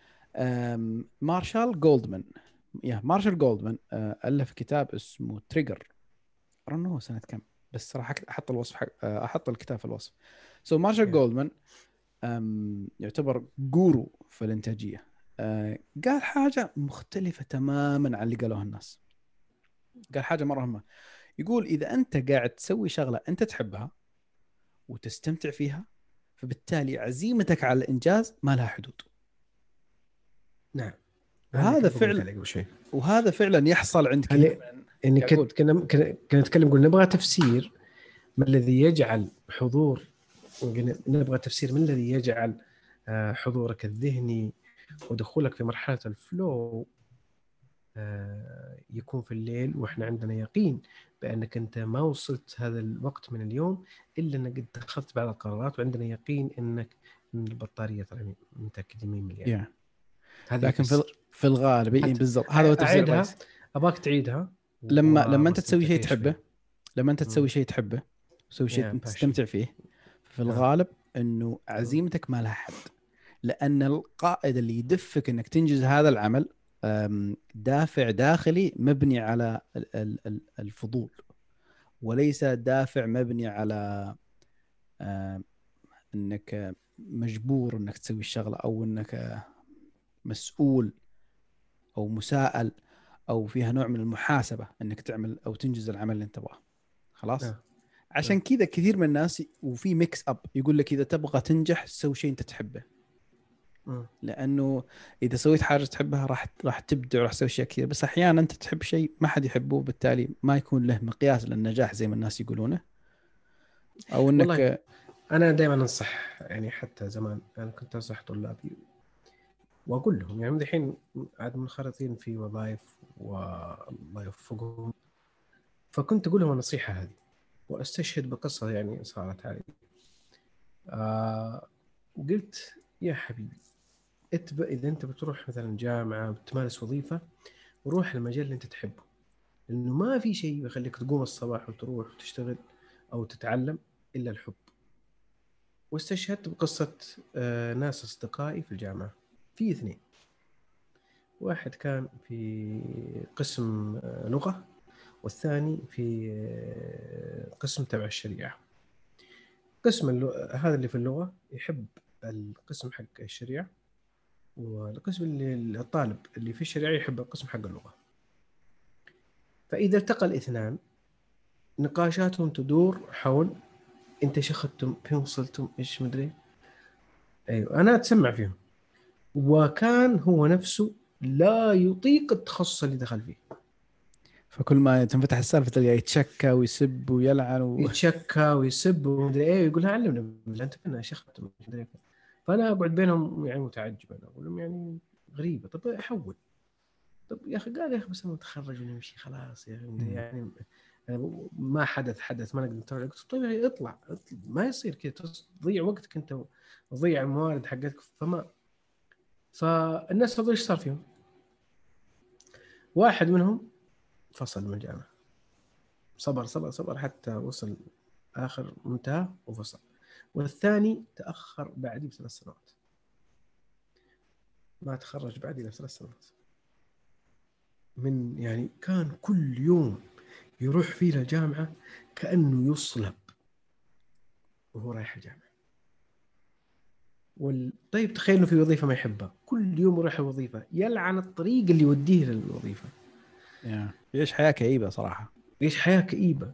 أم، مارشال جولدمان، يا مارشال جولدمان آه، الف كتاب اسمه تريجر، أظن هو سنه كم، بس راح احط الوصف حق آه، احط الكتاب في الوصف. سو مارشال yeah. جولدمان يعتبر جورو في الانتاجيه. آه، قال حاجه مختلفه تماما عن اللي قالوها الناس. قال حاجه مره مهمه. يقول اذا انت قاعد تسوي شغله انت تحبها وتستمتع فيها، فبالتالي عزيمتك على الانجاز ما لها حدود. نعم. وهذا فعلا قبل شيء وهذا فعلا يحصل عند كثير يعني من اني يقول كنت كنا كنا كنا نتكلم قلنا نبغى تفسير ما الذي يجعل حضور، نبغى تفسير من الذي يجعل آه، حضورك الذهني ودخولك في مرحله الفلو آه، يكون في الليل، واحنا عندنا يقين بانك انت ما وصلت هذا الوقت من اليوم الا انك قد اتخذت بعض القرارات، وعندنا يقين انك من البطاريه ترى متاكدين مية بالمية. yeah. هذا لكن في يفسر. في الغالب إيه حتى بالضبط هذا هو تفسير اعيدها، الرئيسي. ابغاك تعيدها لما لما انت تسوي واستمتع شيء فيها تحبه، شوي. لما انت تسوي مم. شيء تحبه، تسوي شيء yeah, انت passion. تستمتع فيه، في آه. الغالب انه عزيمتك ما لها حد. لان القائد اللي يدفك انك تنجز هذا العمل دافع داخلي مبني على الفضول، وليس دافع مبني على انك مجبور انك تسوي الشغله، او انك مسؤول او مساءل، او فيها نوع من المحاسبه انك تعمل او تنجز العمل اللي انت تبغاه. خلاص. نعم. عشان كذا كثير من الناس، وفي ميكس اب، يقول لك اذا تبغى تنجح سوي شيء انت تحبه. م. لانه اذا سويت حاجه تحبها راح راح تبدع وراح تسوي اشياء كثير. بس احيانا انت تحب شيء ما حد يحبه، بالتالي ما يكون له مقياس للنجاح زي ما الناس يقولونه، او والله انك انا دائما انصح، يعني حتى زمان انا كنت انصح طلابي واقول لهم، يعني الحين عاد منخرطين في وظائف والله يوفقهم، فكنت اقول لهم النصيحه هذه واستشهد بقصه يعني صارت علي. آه قلت يا حبيبي، اتبع، اذا انت بتروح مثلا جامعه بتمارس وظيفه، وروح المجال اللي انت تحبه، لانه ما في شيء يخليك تقوم الصباح وتروح وتشتغل او تتعلم الا الحب. واستشهدت بقصه آه ناس اصدقائي في الجامعه، في اثنين، واحد كان في قسم آه لغه، والثاني في آه قسم تبع الشريعه. قسم اللغة هذا اللي في اللغه يحب القسم حق الشريعه، والقسم اللي الطالب اللي في الشريعه يحب القسم حق اللغه. فاذا التقى الاثنان نقاشاتهم تدور حول انت ايش اخذتم، فين وصلتم، ايش مدري. ايوه انا اتسمع فيهم. وكان هو نفسه لا يطيق التخصص اللي دخل فيه، فكل ما تنفتح السالفه تلقى يتشكى ويسب ويلعن و... يتشكى ويسب ومدري ايه، يقول علمنا انت فين ايش اخذتم. فانا اقعد بينهم يعني متعجب، انا اقول لهم يعني غريبه، طب احول، طب يا اخي قال يا اخي بس نتخرج ونمشي خلاص يا اخي يعني ما حدث حدث ما نقدر نتابع. قلت طيب اطلع, اطلع ما يصير كذا تضيع وقتك انت وتضيع الموارد حقتك. فما فالناس هذول ايش صار فيهم؟ واحد منهم فصل من الجامعه، صبر صبر صبر حتى وصل اخر منتهى وفصل. والثاني تاخر بعدي بثلاث سنوات، ما تخرج بعدي بثلاث سنوات. من يعني كان كل يوم يروح فيه للجامعه كانه يصلب وهو رايح الجامعه. وال... طيب تخيل انه في وظيفه ما يحبها، كل يوم يروح الوظيفه يلعن الطريق اللي يوديه للوظيفه، يعيش حياه كئيبه صراحه، يعيش حياه كئيبه.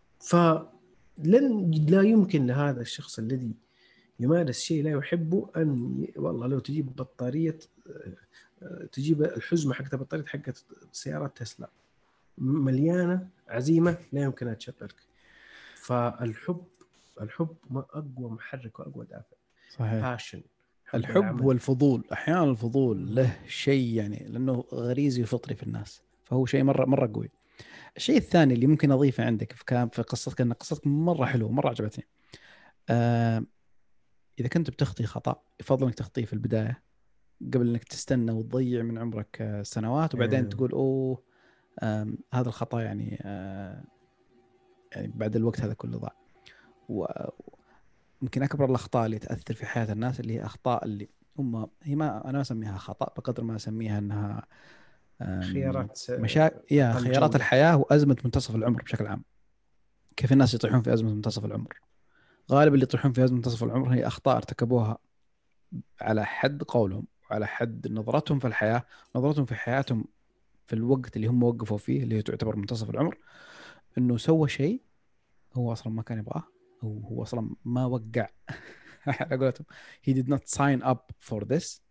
فلن لا يمكن لهذا الشخص الذي يمارس شيء لا يحبه ان ي... والله لو تجيب بطاريه، تجيب الحزمه حقت بطاريه حقت سيارات تسلا مليانه عزيمه لا يمكن ان تشغلك. فالحب، الحب ما اقوى محرك واقوى دافع. صحيح. باشن، حب الحب العمل. والفضول، احيانا الفضول له شيء يعني لانه غريزي وفطري في الناس، فهو شيء مره مره قوي. الشيء الثاني اللي ممكن اضيفه عندك في كلام في قصتك، ان قصتك مره حلوه مره عجبتني. آه اذا كنت بتخطي خطا يفضل انك تخطيه في البدايه، قبل انك تستنى وتضيع من عمرك آه، سنوات، وبعدين أيوه. تقول اوه آه هذا الخطا يعني آه يعني بعد الوقت هذا كله ضاع. ويمكن اكبر الاخطاء اللي تاثر في حياه الناس اللي هي اخطاء اللي هم هي ما انا ما اسميها خطا بقدر ما اسميها انها خيارات مشا يا أقل خيارات جودة. الحياه وازمه منتصف العمر بشكل عام. كيف الناس يطيحون في ازمه منتصف العمر؟ غالبا اللي يطيحون في ازمه منتصف العمر هي اخطاء ارتكبوها على حد قولهم وعلى حد نظرتهم في الحياه، نظرتهم في حياتهم في الوقت اللي هم وقفوا فيه اللي تعتبر منتصف العمر، انه سوى شيء هو اصلا ما كان يبغاه، او هو اصلا ما وقع على قولتهم he did not sign up for this.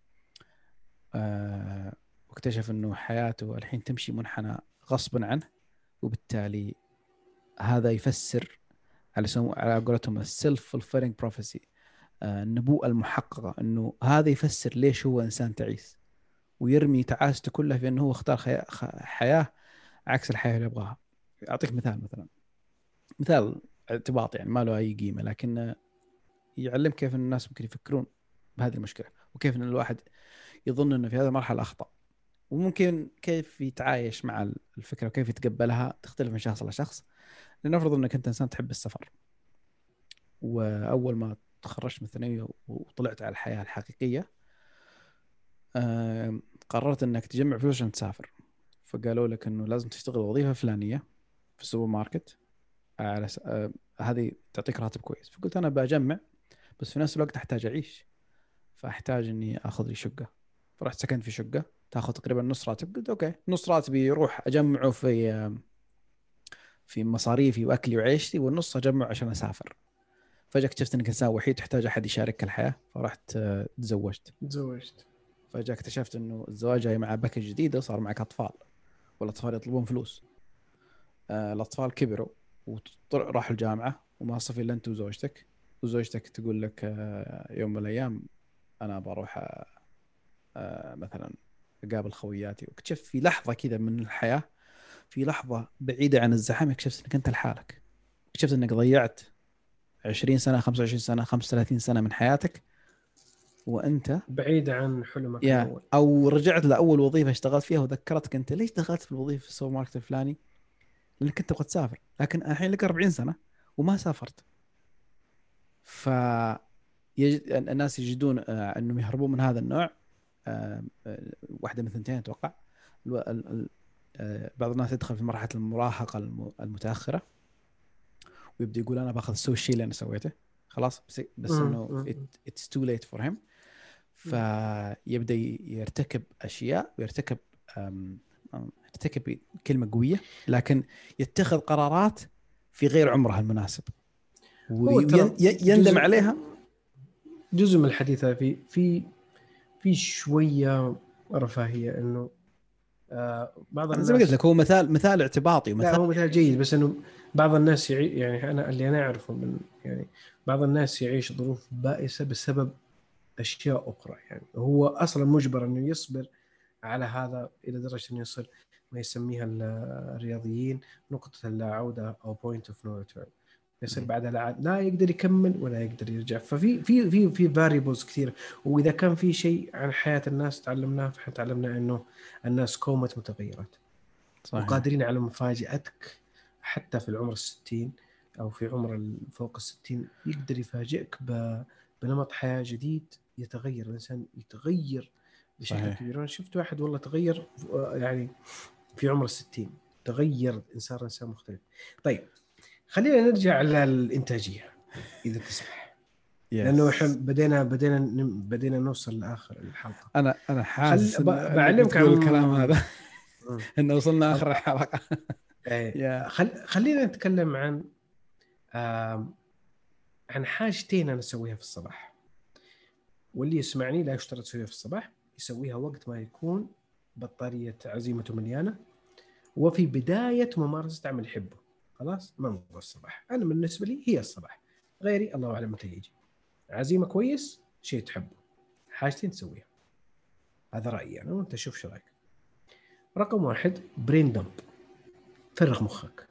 آه واكتشف انه حياته الحين تمشي منحنى غصبا عنه، وبالتالي هذا يفسر على سو... على قولتهم السيلف fulfilling prophecy، آه النبوءة المحققة، انه هذا يفسر ليش هو انسان تعيس، ويرمي تعاسته كلها في انه هو اختار خي... خ... حياة عكس الحياة اللي يبغاها. اعطيك مثال، مثلا مثال اعتباط يعني ما له اي قيمة، لكن يعلم كيف الناس ممكن يفكرون بهذه المشكلة، وكيف ان الواحد يظن انه في هذه المرحلة اخطأ، وممكن كيف يتعايش مع الفكرة وكيف يتقبلها تختلف من شخص لشخص. لنفرض انك انت انسان تحب السفر، واول ما تخرجت من الثانوية وطلعت على الحياة الحقيقية قررت انك تجمع فلوس عشان تسافر، فقالوا لك انه لازم تشتغل وظيفه فلانيه في السوبر ماركت على س... آه هذه تعطيك راتب كويس. فقلت انا بجمع بس في نفس الوقت احتاج اعيش، فاحتاج اني اخذ لي شقه. فرحت سكنت في شقه تاخذ تقريبا نص راتب. قلت اوكي نص راتبي يروح اجمعه في آه، في مصاريفي واكلي وعيشتي، والنص اجمعه عشان اسافر. فجاه اكتشفت انك انسان وحيد تحتاج احد يشاركك الحياه، فرحت آه، تزوجت. تزوجت. فجاه اكتشفت انه الزواج جاي مع باكج جديده، صار معك اطفال والاطفال يطلبون فلوس. آه، الاطفال كبروا وراحوا الجامعه وما صفي الا انت وزوجتك، وزوجتك تقول لك آه، يوم من الايام انا بروح آه، آه، مثلا اقابل خوياتي. واكتشفت في لحظه كذا من الحياه، في لحظه بعيده عن الزحام، اكتشفت انك انت لحالك. اكتشفت انك ضيعت عشرين سنه خمسة وعشرين سنه خمسة وثلاثين سنه من حياتك وانت بعيد عن حلمك يا الاول. او رجعت لاول وظيفه اشتغلت فيها وذكرتك انت ليش دخلت في الوظيفه في السوبر ماركت الفلاني، لانك انت تبغى تسافر. لكن الحين لك أربعين سنه وما سافرت. ف يجد الناس يجدون آه، انهم يهربون من هذا النوع. آه، آه، واحده من ثنتين اتوقع. الو- ال- ال- آه، بعض الناس يدخل في مرحله المراهقه الم- المتاخره ويبدا يقول انا باخذ اسوي الشيء اللي انا سويته خلاص، بس, بس مم. انه مم. it, it's too late for him. مم. فيبدا يرتكب اشياء ويرتكب أم، أم، يرتكب كلمه قويه، لكن يتخذ قرارات في غير عمرها المناسب هو ترى ويندم جزء عليها. جزء من الحديث هذا في في في شويه رفاهيه، انه آه بعض انا زي ما قلت الناس. لك هو مثال مثال اعتباطي لا، ومثال. هو مثال جيد، بس انه بعض الناس يعي يعني انا اللي انا اعرفه من يعني بعض الناس يعيش ظروف بائسه بسبب اشياء اخرى. يعني هو اصلا مجبر انه يصبر على هذا الى درجه انه يصل ما يسميها الرياضيين نقطه اللا عوده او بوينت اوف نو ريتيرن. يصير بعدها لا لا يقدر يكمل ولا يقدر يرجع. ففي في في في فاريبلز كثير. واذا كان في شيء عن حياه الناس تعلمناه، فاحنا تعلمنا انه الناس كومه متغيرات صحيح. وقادرين على مفاجأتك حتى في العمر الستين أو في عمر فوق الستين. يقدر يفاجئك بنمط حياة جديد، يتغير الإنسان، يتغير بشكل صحيح. كبير. أنا شفت واحد والله تغير يعني في عمر الستين، تغير إنسان إنسان مختلف. طيب خلينا نرجع للإنتاجية إذا تسمح، لأنه إحنا يس. بدينا بدينا بدينا نوصل لآخر الحلقة. انا انا خل حاسس إن انك بعلمك بتقول الكلام عن هذا ان وصلنا اخر الحلقه. إيه، يا خل... خلينا نتكلم عن آم، عن حاجتين أنا أسويها في الصباح، واللي يسمعني لا يشترط يسويها في الصباح، يسويها وقت ما يكون بطارية عزيمته مليانة وفي بداية ممارسة عمل يحبه. خلاص ما نقول الصباح، أنا بالنسبة لي هي الصباح، غيري الله أعلم متى يجي. عزيمة كويس، شيء تحبه، حاجتين تسويها. هذا رأيي أنا، وأنت شوف شو رأيك. رقم واحد، برين دمب، فرغ مخك.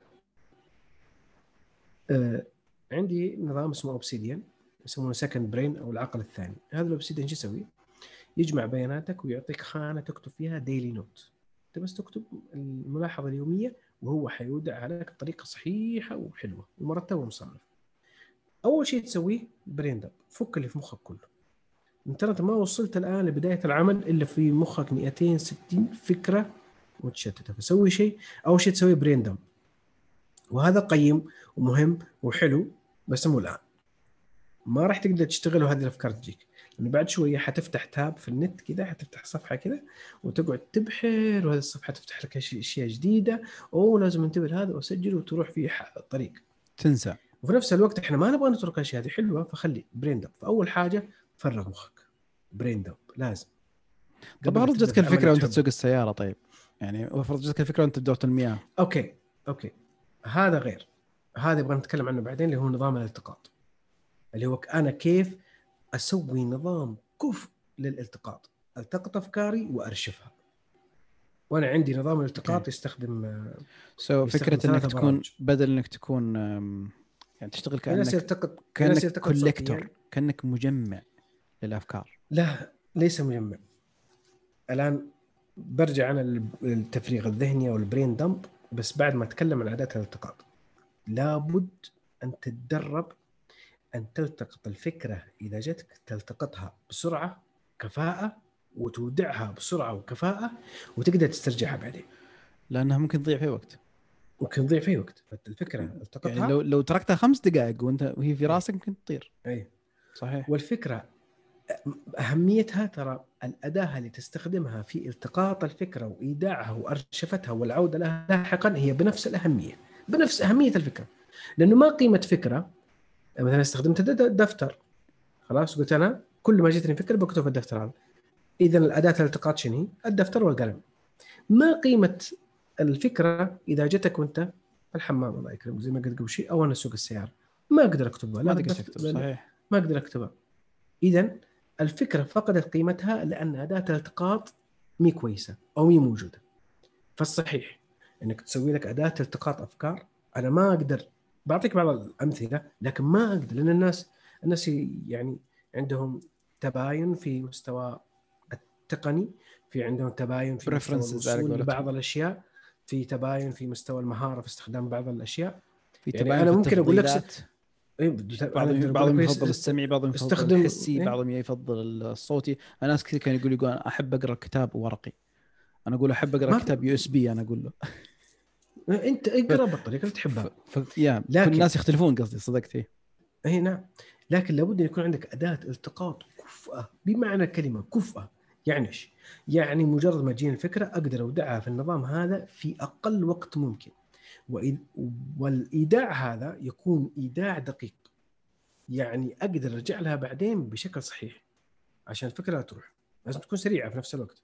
آه، عندي نظام اسمه اوبسيديان، يسمونه سكند برين او العقل الثاني. هذا الاوبسيديان شو يسوي؟ يجمع بياناتك ويعطيك خانه تكتب فيها ديلي نوت. انت بس تكتب الملاحظه اليوميه وهو حيودع عليك بطريقه صحيحه وحلوه ومرتبه ومصنف. اول شيء تسويه برين دمب، فك اللي في مخك كله. انت انت ما وصلت الان لبدايه العمل الا في مخك مئتين وستين فكره متشتته، فسوي شيء. اول شيء تسوي برين دمب، وهذا قيم ومهم وحلو، بس مو الان. ما راح تقدر تشتغل وهذه الافكار تجيك، لانه بعد شويه حتفتح تاب في النت كذا، حتفتح صفحه كذا وتقعد تبحر، وهذه الصفحه تفتح لك اشياء جديده. اوه لازم انتبه لهذا واسجل، وتروح في طريق. تنسى. وفي نفس الوقت احنا ما نبغى نترك الاشياء هذه حلوه، فخلي برين دمب. فاول حاجه فرغ مخك، برين دمب لازم طب قبل لا افرض تبدا جتك في العمل اللي الفكره وانت تحبه. تسوق السياره، طيب يعني افرض جتك الفكره وانت بدورة المياه. اوكي اوكي هذا غير، هذا يبغى نتكلم عنه بعدين، اللي هو نظام الالتقاط. اللي هو انا كيف اسوي نظام كفء للالتقاط، التقط افكاري وارشفها. وانا عندي نظام اوكي. الالتقاط يستخدم سو يستخدم فكره انك ثلاثة تكون برامج. بدل انك تكون أم، يعني تشتغل في ناس كانك يلتقط في ناس كانك يلتقط كوليكتور، صوتيا. كانك مجمع للافكار. لا، ليس مجمع. الان برجع انا للتفريغ الذهني او البرين دمب، بس بعد ما اتكلم عن عادات الالتقاط. لابد ان تتدرب ان تلتقط الفكره اذا جتك، تلتقطها بسرعه، كفاءه وتودعها بسرعه وكفاءه وتقدر تسترجعها بعدين، لانها ممكن تضيع في وقت، ممكن تضيع في وقت. الفكره يعني التقطها لو لو تركتها خمس دقائق وانت وهي في راسك ممكن تطير. اي. صحيح. والفكره اهميتها ترى الاداه اللي تستخدمها في التقاط الفكره وايداعها وارشفتها والعوده لها لاحقا هي بنفس الاهميه، بنفس اهميه الفكره. لانه ما قيمه فكره مثلا استخدمت دفتر، خلاص قلت انا كل ما جتني فكره بكتب في الدفتر هذا، اذا الاداه الالتقاط شنو هي؟ الدفتر والقلم. ما قيمه الفكره اذا جتك وانت في الحمام الله يكرمك زي ما قلت قبل شيء، او انا اسوق السياره ما اقدر اكتبها، ما لا تقدر تكتب. صحيح. ما اقدر اكتبها. اذا الفكره فقدت قيمتها لان اداه الالتقاط مي كويسه او مي موجوده. فالصحيح انك تسوي لك اداه التقاط افكار. انا ما اقدر بعطيك بعض الامثله لكن ما اقدر، لان الناس الناس يعني عندهم تباين في مستوى التقني، في عندهم تباين في مستوى الوصول لبعض الاشياء، في تباين في مستوى المهاره في استخدام بعض الاشياء. في يعني تباين انا في ممكن اقول لك التفضيلات. إيه بعضهم بعضهم يفضل السمعي، بعضهم يفضل استخدم الحسي، إيه؟ بعضهم يفضل الصوتي. انا ناس كثير كانوا يقول يقول انا احب اقرا كتاب ورقي، انا اقول احب اقرا كتاب يو اس بي، انا اقول له انت اقرا بالطريقه اللي تحبها. ف... ف... يا لكن... كل الناس يختلفون، قصدي صدقت فيه. اي نعم، لكن لابد ان يكون عندك اداه التقاط كفءه بمعنى الكلمه كفءه. يعني ايش؟ يعني مجرد ما تجيني الفكره اقدر اودعها في النظام هذا في اقل وقت ممكن، والايداع هذا يكون ايداع دقيق، يعني اقدر ارجع لها بعدين بشكل صحيح عشان الفكره لا تروح. لازم تكون سريعه في نفس الوقت.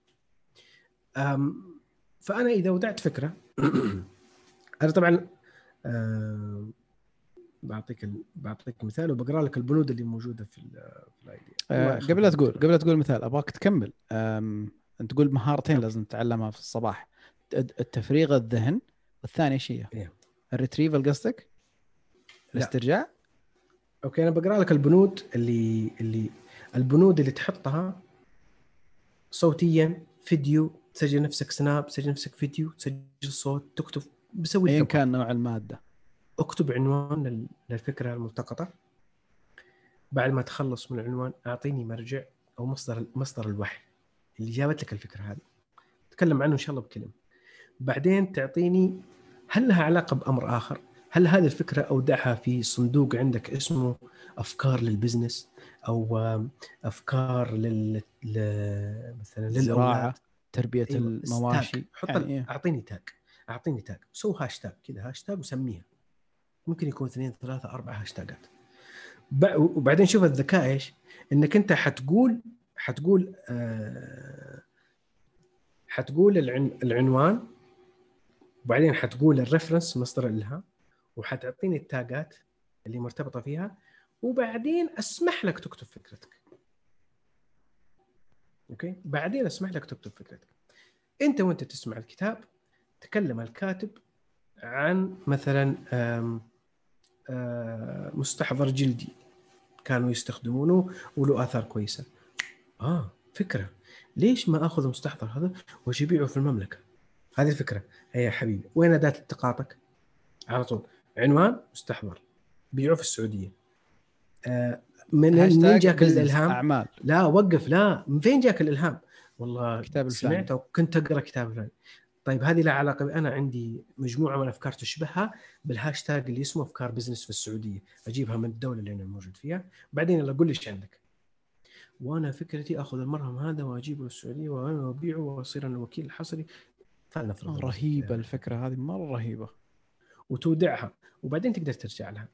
أم فانا اذا ودعت فكره انا طبعا أه بعطيك ال... بعطيك مثال وبقرا لك البنود اللي موجوده في في الايديا. أه قبل لا تقول قبل لا تقول مثال ابغاك تكمل. انت تقول مهارتين أوكي. لازم تتعلمها في الصباح: التفريغ الذهن، والثاني شيء إيه. الريتريفل قصدك الاسترجاع. اوكي انا بقرا لك البنود اللي اللي البنود اللي تحطها صوتيا، فيديو، تسجل نفسك سناب، تسجل نفسك فيديو، تسجل صوت، تكتب، بسوي ايا كان نوع الماده. اكتب عنوان للفكره الملتقطه. بعد ما تخلص من العنوان اعطيني مرجع او مصدر مصدر الوحي اللي جابت لك الفكره هذه، تكلم عنه ان شاء الله بكلمه. بعدين تعطيني هل لها علاقه بامر اخر، هل هذه الفكره اودعها في صندوق عندك اسمه افكار للبزنس، او افكار لل ل... مثلا للاولاد، تربيه أيوة. المواشي. حط يعني ال... إيه؟ اعطيني تاج اعطيني تاج سو هاشتاج كذا، هاشتاج وسميها، ممكن يكون اثنين ثلاثه اربعه هاشتاجات. وبعدين شوف الذكاء ايش، انك انت حتقول حتقول آه حتقول العن... العنوان، وبعدين حتقول الريفرنس مصدر الالهام، وحتعطيني التاجات اللي مرتبطه فيها، وبعدين اسمح لك تكتب فكرتك. اوكي، بعدين اسمح لك تكتب فكرتك. انت وانت تسمع الكتاب تكلم الكاتب عن مثلا آم آم مستحضر جلدي كانوا يستخدمونه وله آثار كويسة. آه فكرة، ليش ما أخذ المستحضر هذا وأجيبه في المملكة؟ هذه الفكرة. هي يا حبيبي وين أداة التقاطك؟ على طول عنوان مستحضر بيعه في السعودية. آه من من جاك الإلهام؟ أعمال. لا وقف، لا من فين جاك الإلهام؟ والله كتاب سمعت أو كنت أقرأ كتاب الفلاني. طيب هذه لا علاقة، أنا عندي مجموعة من الأفكار تشبهها بالهاشتاج اللي اسمه أفكار بزنس في السعودية، أجيبها من الدولة اللي أنا موجود فيها، بعدين يلا قول لي إيش عندك. وأنا فكرتي أخذ المرهم هذا وأجيبه للسعودية وأبيعه وأصير أنا الوكيل الحصري. فلنفرض رهيبة الفكرة هذه، مرة رهيبة. وتودعها وبعدين تقدر ترجع لها.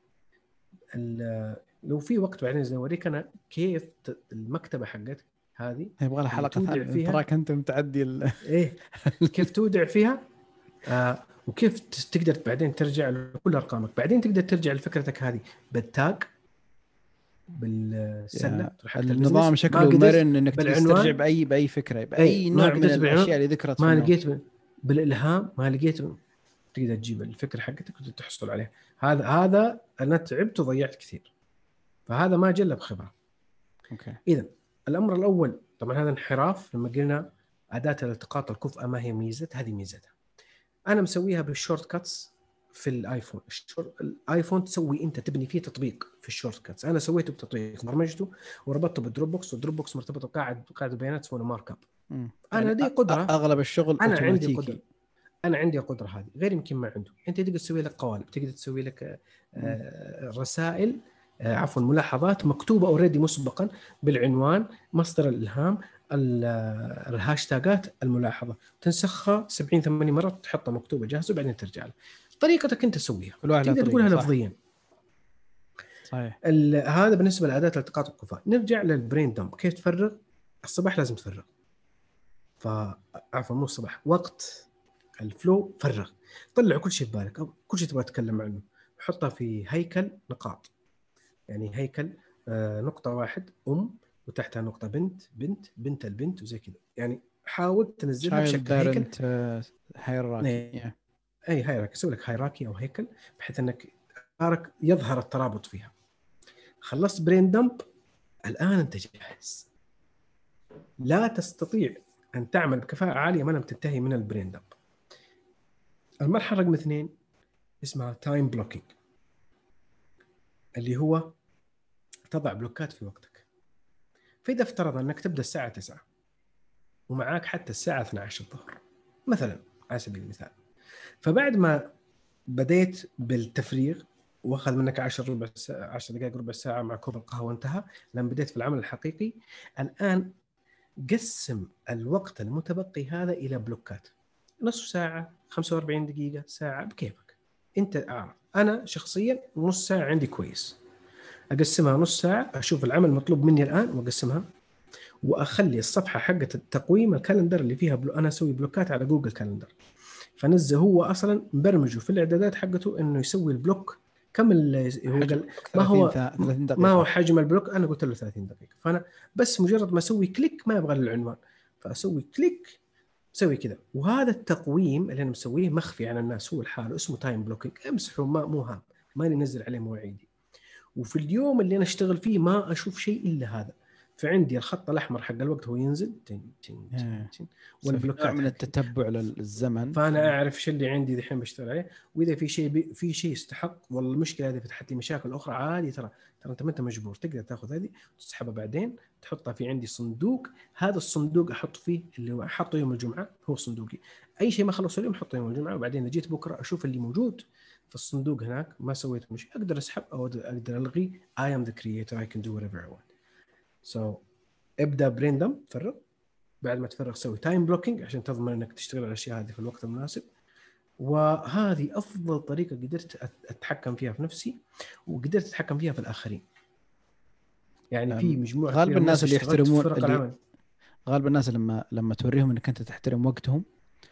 لو في وقت بعدين زي أوريك أنا كيف المكتبة حقتك هذه يبغى لها حلقة ثانية، تراك أنت متعدي ال... إيه كيف تودع فيها آه وكيف تقدر بعدين ترجع لكل أرقامك. بعدين تقدر ترجع لفكرتك هذه بالتاج بالسلة. النظام شكله مرن انك تسترجع باي باي فكره باي أي نوع من الاشياء اللي ذكرت. ما لقيت بالالهام، ما لقيت، تقدر تجيب الفكره حقتك وتحصل عليها. هذا هذا انا تعبت وضيعت كثير، فهذا ما جلب خبره. اوكي. اذا الامر الاول طبعا هذا انحراف. لما قلنا اداه الالتقاط الكفء ما هي ميزه، هذه ميزتها. انا مسويها بالشورت كاتس في الايفون. الايفون تسوي انت تبني فيه تطبيق في الشورت كاتس. انا سويته بتطبيق، برمجته وربطته بالدروب بوكس، والدروب بوكس مرتبط بقاعده قاعده بيانات اسمها مارك اب. انا يعني دي قدره، اغلب الشغل انا عندي قدره، اوتوماتيكي. انا عندي القدره هذه، غير يمكن ما عنده. انت تقدر تسوي لك قوالب، تقدر تسوي لك رسائل، عفوا ملاحظات مكتوبه اوريدي مسبقا بالعنوان، مصدر الالهام، الهاشتاجات، الملاحظه، تنسخها سبعين ثمانين مره، تحطها مكتوبه جاهزه وبعدين ترجع لها. طريقتك انت تسويها، كل واحد له تقدر طريقه، تقولها صح لفظيا. صحيح. هذا بالنسبه لاداه التقاط الكفاء. نرجع للبرين دمب. كيف تفرغ؟ الصباح لازم تفرغ، فعفوا مو الصباح، وقت الفلو فرغ، طلع كل شيء في بالك أو كل شيء تبغى تتكلم عنه، حطها في هيكل نقاط. يعني هيكل آه نقطة واحد أم، وتحتها نقطة بنت، بنت بنت البنت، وزي كذا. يعني حاول تنزلها child بشكل هيكل. parent hierarchy. أي yeah. هيراكي، سوي لك هيراكي أو هيكل بحيث أنك يظهر الترابط فيها. خلصت برين دمب، الآن أنت جاهز. لا تستطيع أن تعمل بكفاءة عالية ما لم تنتهي من البرين دمب. المرحلة رقم اثنين اسمها تايم بلوكينج، اللي هو تضع بلوكات في وقتك. فإذا افترض أنك تبدأ الساعة تسعة ومعاك حتى الساعة اثنا عشر الظهر مثلا على سبيل المثال، فبعد ما بديت بالتفريغ واخذ منك عشر ربع ساعة، عشر دقائق ربع ساعة مع كوب القهوة انتهى، لما بديت في العمل الحقيقي، الآن قسم الوقت المتبقي هذا إلى بلوكات، نصف ساعة، خمسة وأربعين دقيقة، ساعة، بكيفك أنت أعرف. أنا شخصيا نص ساعة عندي كويس، أقسمها نص ساعة، أشوف العمل مطلوب مني الآن وأقسمها، وأخلي الصفحة حقة التقويم الكالندر اللي فيها بلو... أنا أسوي بلوكات على جوجل كالندر، فنزه هو أصلا مبرمجه في الإعدادات حقته إنه يسوي البلوك كم هو قال ما هو ثلاثين دقيقة. ما هو حجم البلوك. أنا قلت له ثلاثين دقيقة، فأنا بس مجرد ما أسوي كليك ما يبغى العنوان، فأسوي كليك سوي كذا. وهذا التقويم اللي أنا مسويه مخفي عن الناس، هو الحال اسمه تايم بلوكينج، امسحه، ما مو هام، ما ننزل عليه مواعيدي. وفي اليوم اللي أنا أشتغل فيه ما أشوف شيء إلا هذا، فعندي الخط الأحمر حق الوقت هو ينزل تن تن تن تن، والبلوكات نوع من حقي. التتبع للزمن، فأنا أعرف إيش اللي عندي الحين بشتغل عليه، وإذا في شيء بي في شيء يستحق، والله المشكلة هذه فتحت لي مشاكل أخرى، عادي ترى ترى أنت ما أنت مجبور، تقدر تأخذ هذه وتسحبها بعدين تحطها في عندي صندوق. هذا الصندوق أحط فيه اللي هو أحطه يوم الجمعة، هو صندوقي، أي شيء ما خلصه اليوم أحطه يوم الجمعة، وبعدين إذا جيت بكرة أشوف اللي موجود في الصندوق هناك ما سويت مشي، أقدر أسحب أو أقدر ألغي. I am the creator, I can do whatever I want. so ابدأ برين دم، فرغ، بعد ما تفرغ سوي تايم بلوكينج عشان تضمن انك تشتغل على الاشياء هذه في الوقت المناسب. وهذه افضل طريقه قدرت اتحكم فيها في نفسي وقدرت اتحكم فيها في الاخرين. يعني في مجموعه غالب الناس اللي يحترمون فرق اللي العمل، غالب الناس لما لما توريهم انك انت تحترم وقتهم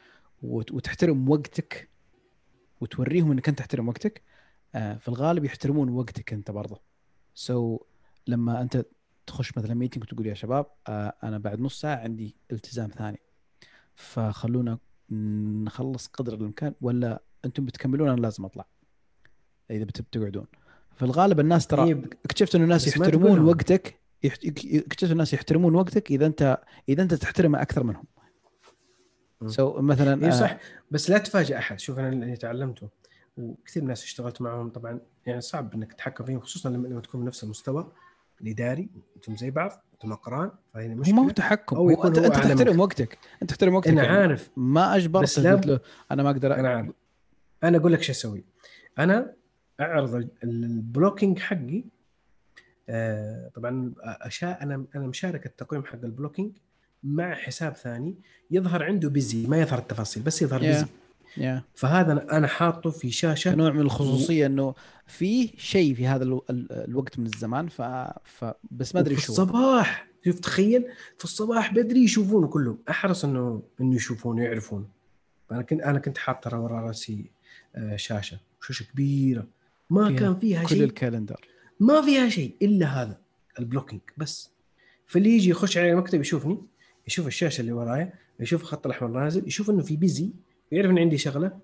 وتحترم وقتك وتوريهم انك انت تحترم وقتك، في الغالب يحترمون وقتك انت برضه. سو so, لما انت تخش مثلا ميتنج وتقول يا شباب انا بعد نص ساعه عندي التزام ثاني، فخلونا نخلص قدر الامكان، ولا انتم بتكملون انا لازم اطلع اذا بتقعدون. في الغالب الناس ترى إيه اكتشفت انه الناس يحترمون وقتك، اكتشفت الناس يحترمون وقتك اذا انت اذا انت تحترمه اكثر منهم. سو so, مثلا اي صح، بس لا تفاجئ احد. شوف انا اللي تعلمته وكثير ناس اشتغلت معهم طبعا، يعني صعب انك تتحكم فيهم، خصوصا لما تكون بنفس المستوى الاداري، انتم زي بعض، انتم اقران، فهنا مشكله. هو ما هو تحكم، او هو يكون انت هو انت تحترم منك. وقتك، انت تحترم وقتك. انا يعني عارف، ما اجبرت قلت له انا ما اقدر. انا عارف، انا اقول لك شو اسوي. انا اعرض البلوكينج حقي، آه طبعا اشياء انا انا مشارك التقويم حق البلوكينج مع حساب ثاني يظهر عنده بيزي، ما يظهر التفاصيل بس يظهر بيزي. yeah. yeah. فهذا انا حاطه في شاشه كنوع من الخصوصيه، و... انه في شيء في هذا الو... الوقت من الزمان، ف... ف... بس ما ادري في شو. الصباح شوف، تخيل في الصباح بدري يشوفونه كلهم، احرص انه انه يشوفونه يعرفون. انا كنت انا كنت حاط ترى ورا راسي شاشه شاشه كبيره ما فيها كان فيها كل شيء، الكالندر، ما فيها شيء الا هذا البلوكينج بس. فاللي يجي يخش على المكتب يشوفني، يشوف الشاشه اللي ورايا، يشوف الخط الاحمر نازل، يشوف انه في بيزي، ويعرف ان عندي شغله،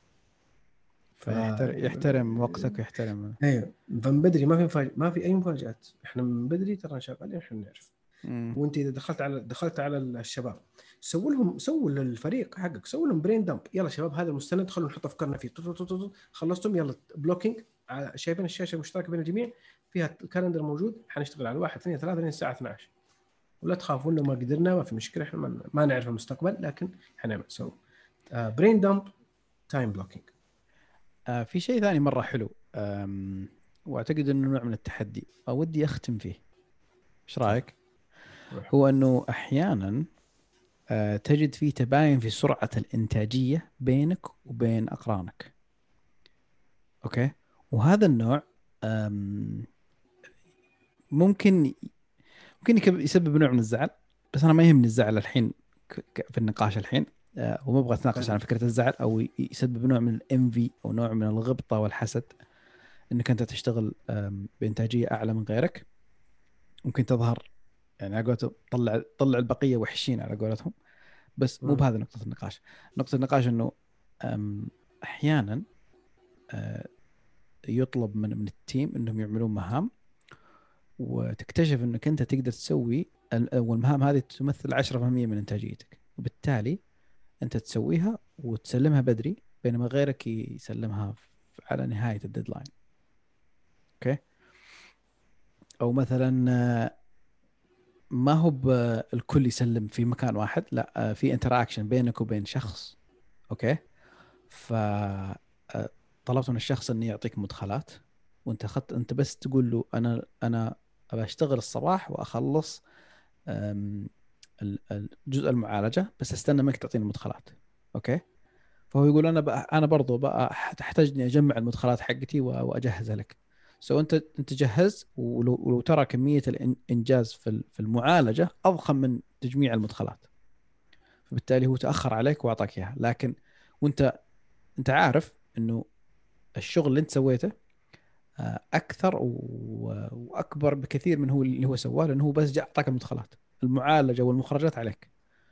فيحترم يحترم وقتك ويحترم. ايوه، فمن بدري ما في مفاجأة، ما في اي مفاجات، احنا من بدري ترى شغالين، احنا نعرف. مم. وانت اذا دخلت على دخلت على الشباب سووا لهم سووا للفريق حقك سووا لهم برين دمب. يلا شباب هذا المستند خلونا نحط افكارنا فيه. طو- طو- طو- طو. خلصتم يلا بلوكينج. شايفين الشاشه المشتركه بين الجميع فيها الكالندر موجود. حنشتغل على واحد اثنين ثلاثة لين الساعه اثني عشر. ولا تخافوا انه ما قدرنا ما في مشكله. احنا ما- ما نعرف المستقبل لكن حنعمل سو برين دمب تايم بلوكينج. آه في شيء ثاني مرة حلو، آم، واعتقد انه نوع من التحدي او ودي اختم فيه. ايش رايك؟ روح. هو انه احيانا آه تجد فيه تباين في سرعة الانتاجية بينك وبين اقرانك. اوكي. وهذا النوع آم، ممكن ممكن يكب- يسبب نوع من الزعل، بس انا ما يهمني الزعل الحين ك- ك- في النقاش الحين. آه، وما ابغى اتناقش عن خل... فكره الزعل او ي- يسبب نوع من الانفي او نوع من الغبطه والحسد انك انت تشتغل آم، بانتاجيه اعلى من غيرك. ممكن تظهر يعني على قولتهم طلع طلع البقيه وحشين على قولتهم. بس مو مم. بهذا نقطه النقاش. نقطه النقاش انه آم، احيانا آه، يطلب من من التيم انهم يعملون مهام، وتكتشف انك انت تقدر تسوي ال- والمهام هذه تمثل عشرة بالمئة من انتاجيتك، وبالتالي انت تسويها وتسلمها بدري بينما غيرك يسلمها ف- على نهاية الديدلاين. اوكي. او مثلا آه، ما هو ب- الكل يسلم في مكان واحد، لا، آه، في انتراكشن بينك وبين شخص. اوكي. ف آه، طلبت من الشخص انه يعطيك مدخلات، وانت اخذت انت بس تقول له انا انا ابى اشتغل الصباح واخلص أم، ال- ال- جزء المعالجه، بس استنى منك تعطيني المدخلات. اوكي. فهو يقول انا بقى انا برضو بقى تحتاجني اجمع المدخلات حقتي و- واجهزها لك. سو انت انت جهز، ولو, ولو ترى كميه الانجاز في ال- في المعالجه اضخم من تجميع المدخلات، فبالتالي هو تاخر عليك واعطاك اياها. لكن وانت انت عارف انه الشغل اللي انت سويته آه، اكثر و- واكبر بكثير من هو اللي هو سواه، لانه هو بس جاء اعطاك المدخلات، المعالجه والمخرجات عليك.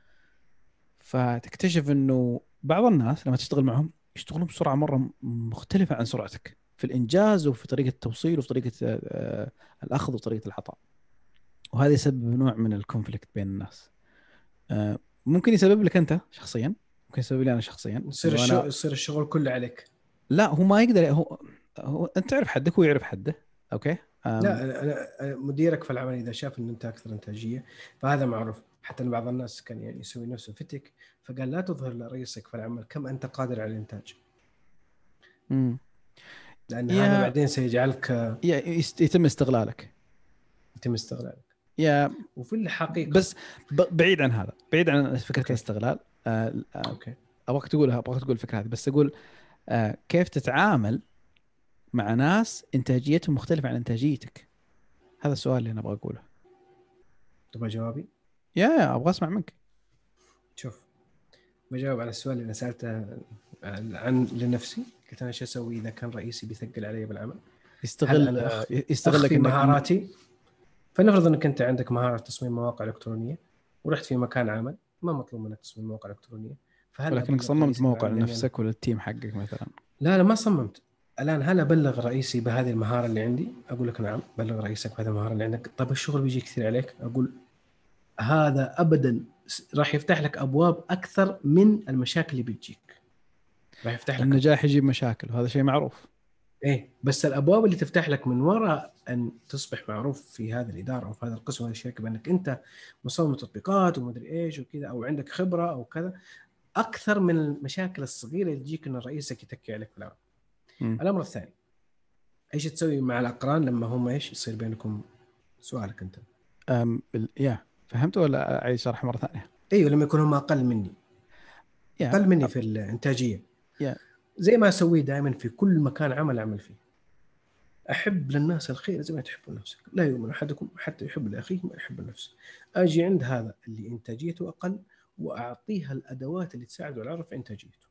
فتكتشف انه بعض الناس لما تشتغل معهم يشتغلون بسرعه مره م- مختلفه عن سرعتك في الانجاز وفي طريقه التوصيل وفي طريقه آه، آه، الاخذ وطريقه العطاء. وهذا يسبب نوع من الكونفليكت بين الناس. آه، ممكن يسبب لك انت شخصيا، ممكن يسبب لي انا شخصيا يصير انه الشغل انا يصير الشغل كله عليك. لا، هو ما يقدر. هو, هو انت تعرف حدك وهو يعرف حده. اوكي. أم، لا انا انا أنا مديرك في العمل اذا شاف ان انت اكثر انتاجيه فهذا معروف. حتى ان بعض الناس كان يعني يسوي نفسه فتك فقال لا تظهر لرئيسك في العمل كم انت قادر على الانتاج مم. لان هذا يا بعدين سيجعلك يا يست- يتم استغلالك. يتم استغلالك. يا وفي الحقيقه بس ب- بعيد عن هذا، بعيد عن فكره اوكي الاستغلال. آه، آه، اوكي ابغاك تقولها، ابغاك تقول الفكره هذه، بس اقول آه، كيف تتعامل مع ناس انتاجيتهم مختلفه عن انتاجيتك. هذا السؤال اللي انا ابغى اقوله. تبغى جوابي؟ يا يا ابغى اسمع منك. شوف بجاوب على السؤال اللي انا سالته عن لنفسي. قلت انا شو اسوي اذا كان رئيسي بيثقل علي بالعمل؟ هل يستغل انا آه، اخفي يستغلك اخفي انك إن- مهاراتي؟ فلنفرض انك انت عندك مهاره تصميم مواقع الكترونيه ورحت في مكان عمل ما مطلوب منك تصميم مواقع الكترونيه فهل ولكنك ابلغ صممت رئيسي موقع بالعمل اني انا لنفسك وللتيم حقك مثلا. لا لا ما صممت الان هل ابلغ رئيسي بهذه المهاره اللي عندي؟ اقول لك نعم بلغ رئيسك بهذه المهاره اللي عندك. طيب الشغل بيجي كثير عليك؟ اقول هذا ابدا راح يفتح لك ابواب اكثر من المشاكل اللي بتجيك. راح يفتح لك أبواب. النجاح يجيب مشاكل وهذا شيء معروف. ايه بس الابواب اللي تفتح لك من وراء ان تصبح معروف في هذه الاداره او في هذا القسم هذه الشركه بانك انت مصمم تطبيقات ومدري ايش وكذا او عندك خبره او كذا اكثر من المشاكل الصغيره اللي تجيك ان رئيسك يتكي عليك في العمل. مم. الامر الثاني ايش تسوي مع الاقران لما هم ايش يصير بينكم؟ سؤالك انت. أم ال- يا فهمت ولا اعيد شرح مره ثانيه؟ ايوه لما يكونوا هم اقل مني يا اقل مني في الانتاجيه يا زي ما اسويه دائما في كل مكان عمل اعمل فيه. احب للناس الخير زي ما تحبوا نفسك. لا يؤمن احدكم حتى يحب لاخيه ما يحب لنفسه. اجي عند هذا اللي انتاجيته اقل واعطيها الادوات اللي تساعده على رفع انتاجيته.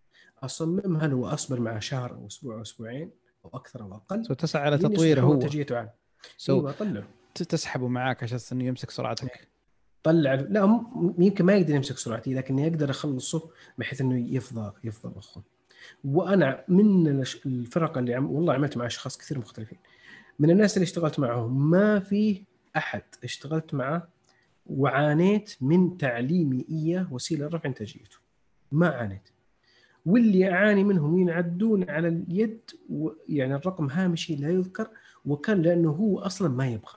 اصممها له واصبر مع شهر او اسبوع او اسبوعين او اكثر او اقل سو تسعى على لين يصبح تطويره هو هو. انتاجيته عاليه. سو ايوه طلعه ت- تسحبه معاك عشان انه يمسك سرعتك. طلع لا م- يمكن ما يقدر يمسك سرعتي لكن يقدر يخلصه بحيث انه يفضى يفضى مخه. وانا من الش- الفرق اللي عم والله عملت مع اشخاص كثير مختلفين. من الناس اللي اشتغلت معهم ما في احد اشتغلت معه وعانيت من تعليمي إياه وسيلة رفع إنتاجيته، ما عانيت. واللي أعاني منهم ينعدون على اليد، يعني الرقم هامشي لا يذكر، وكان لأنه هو أصلا ما يبغى.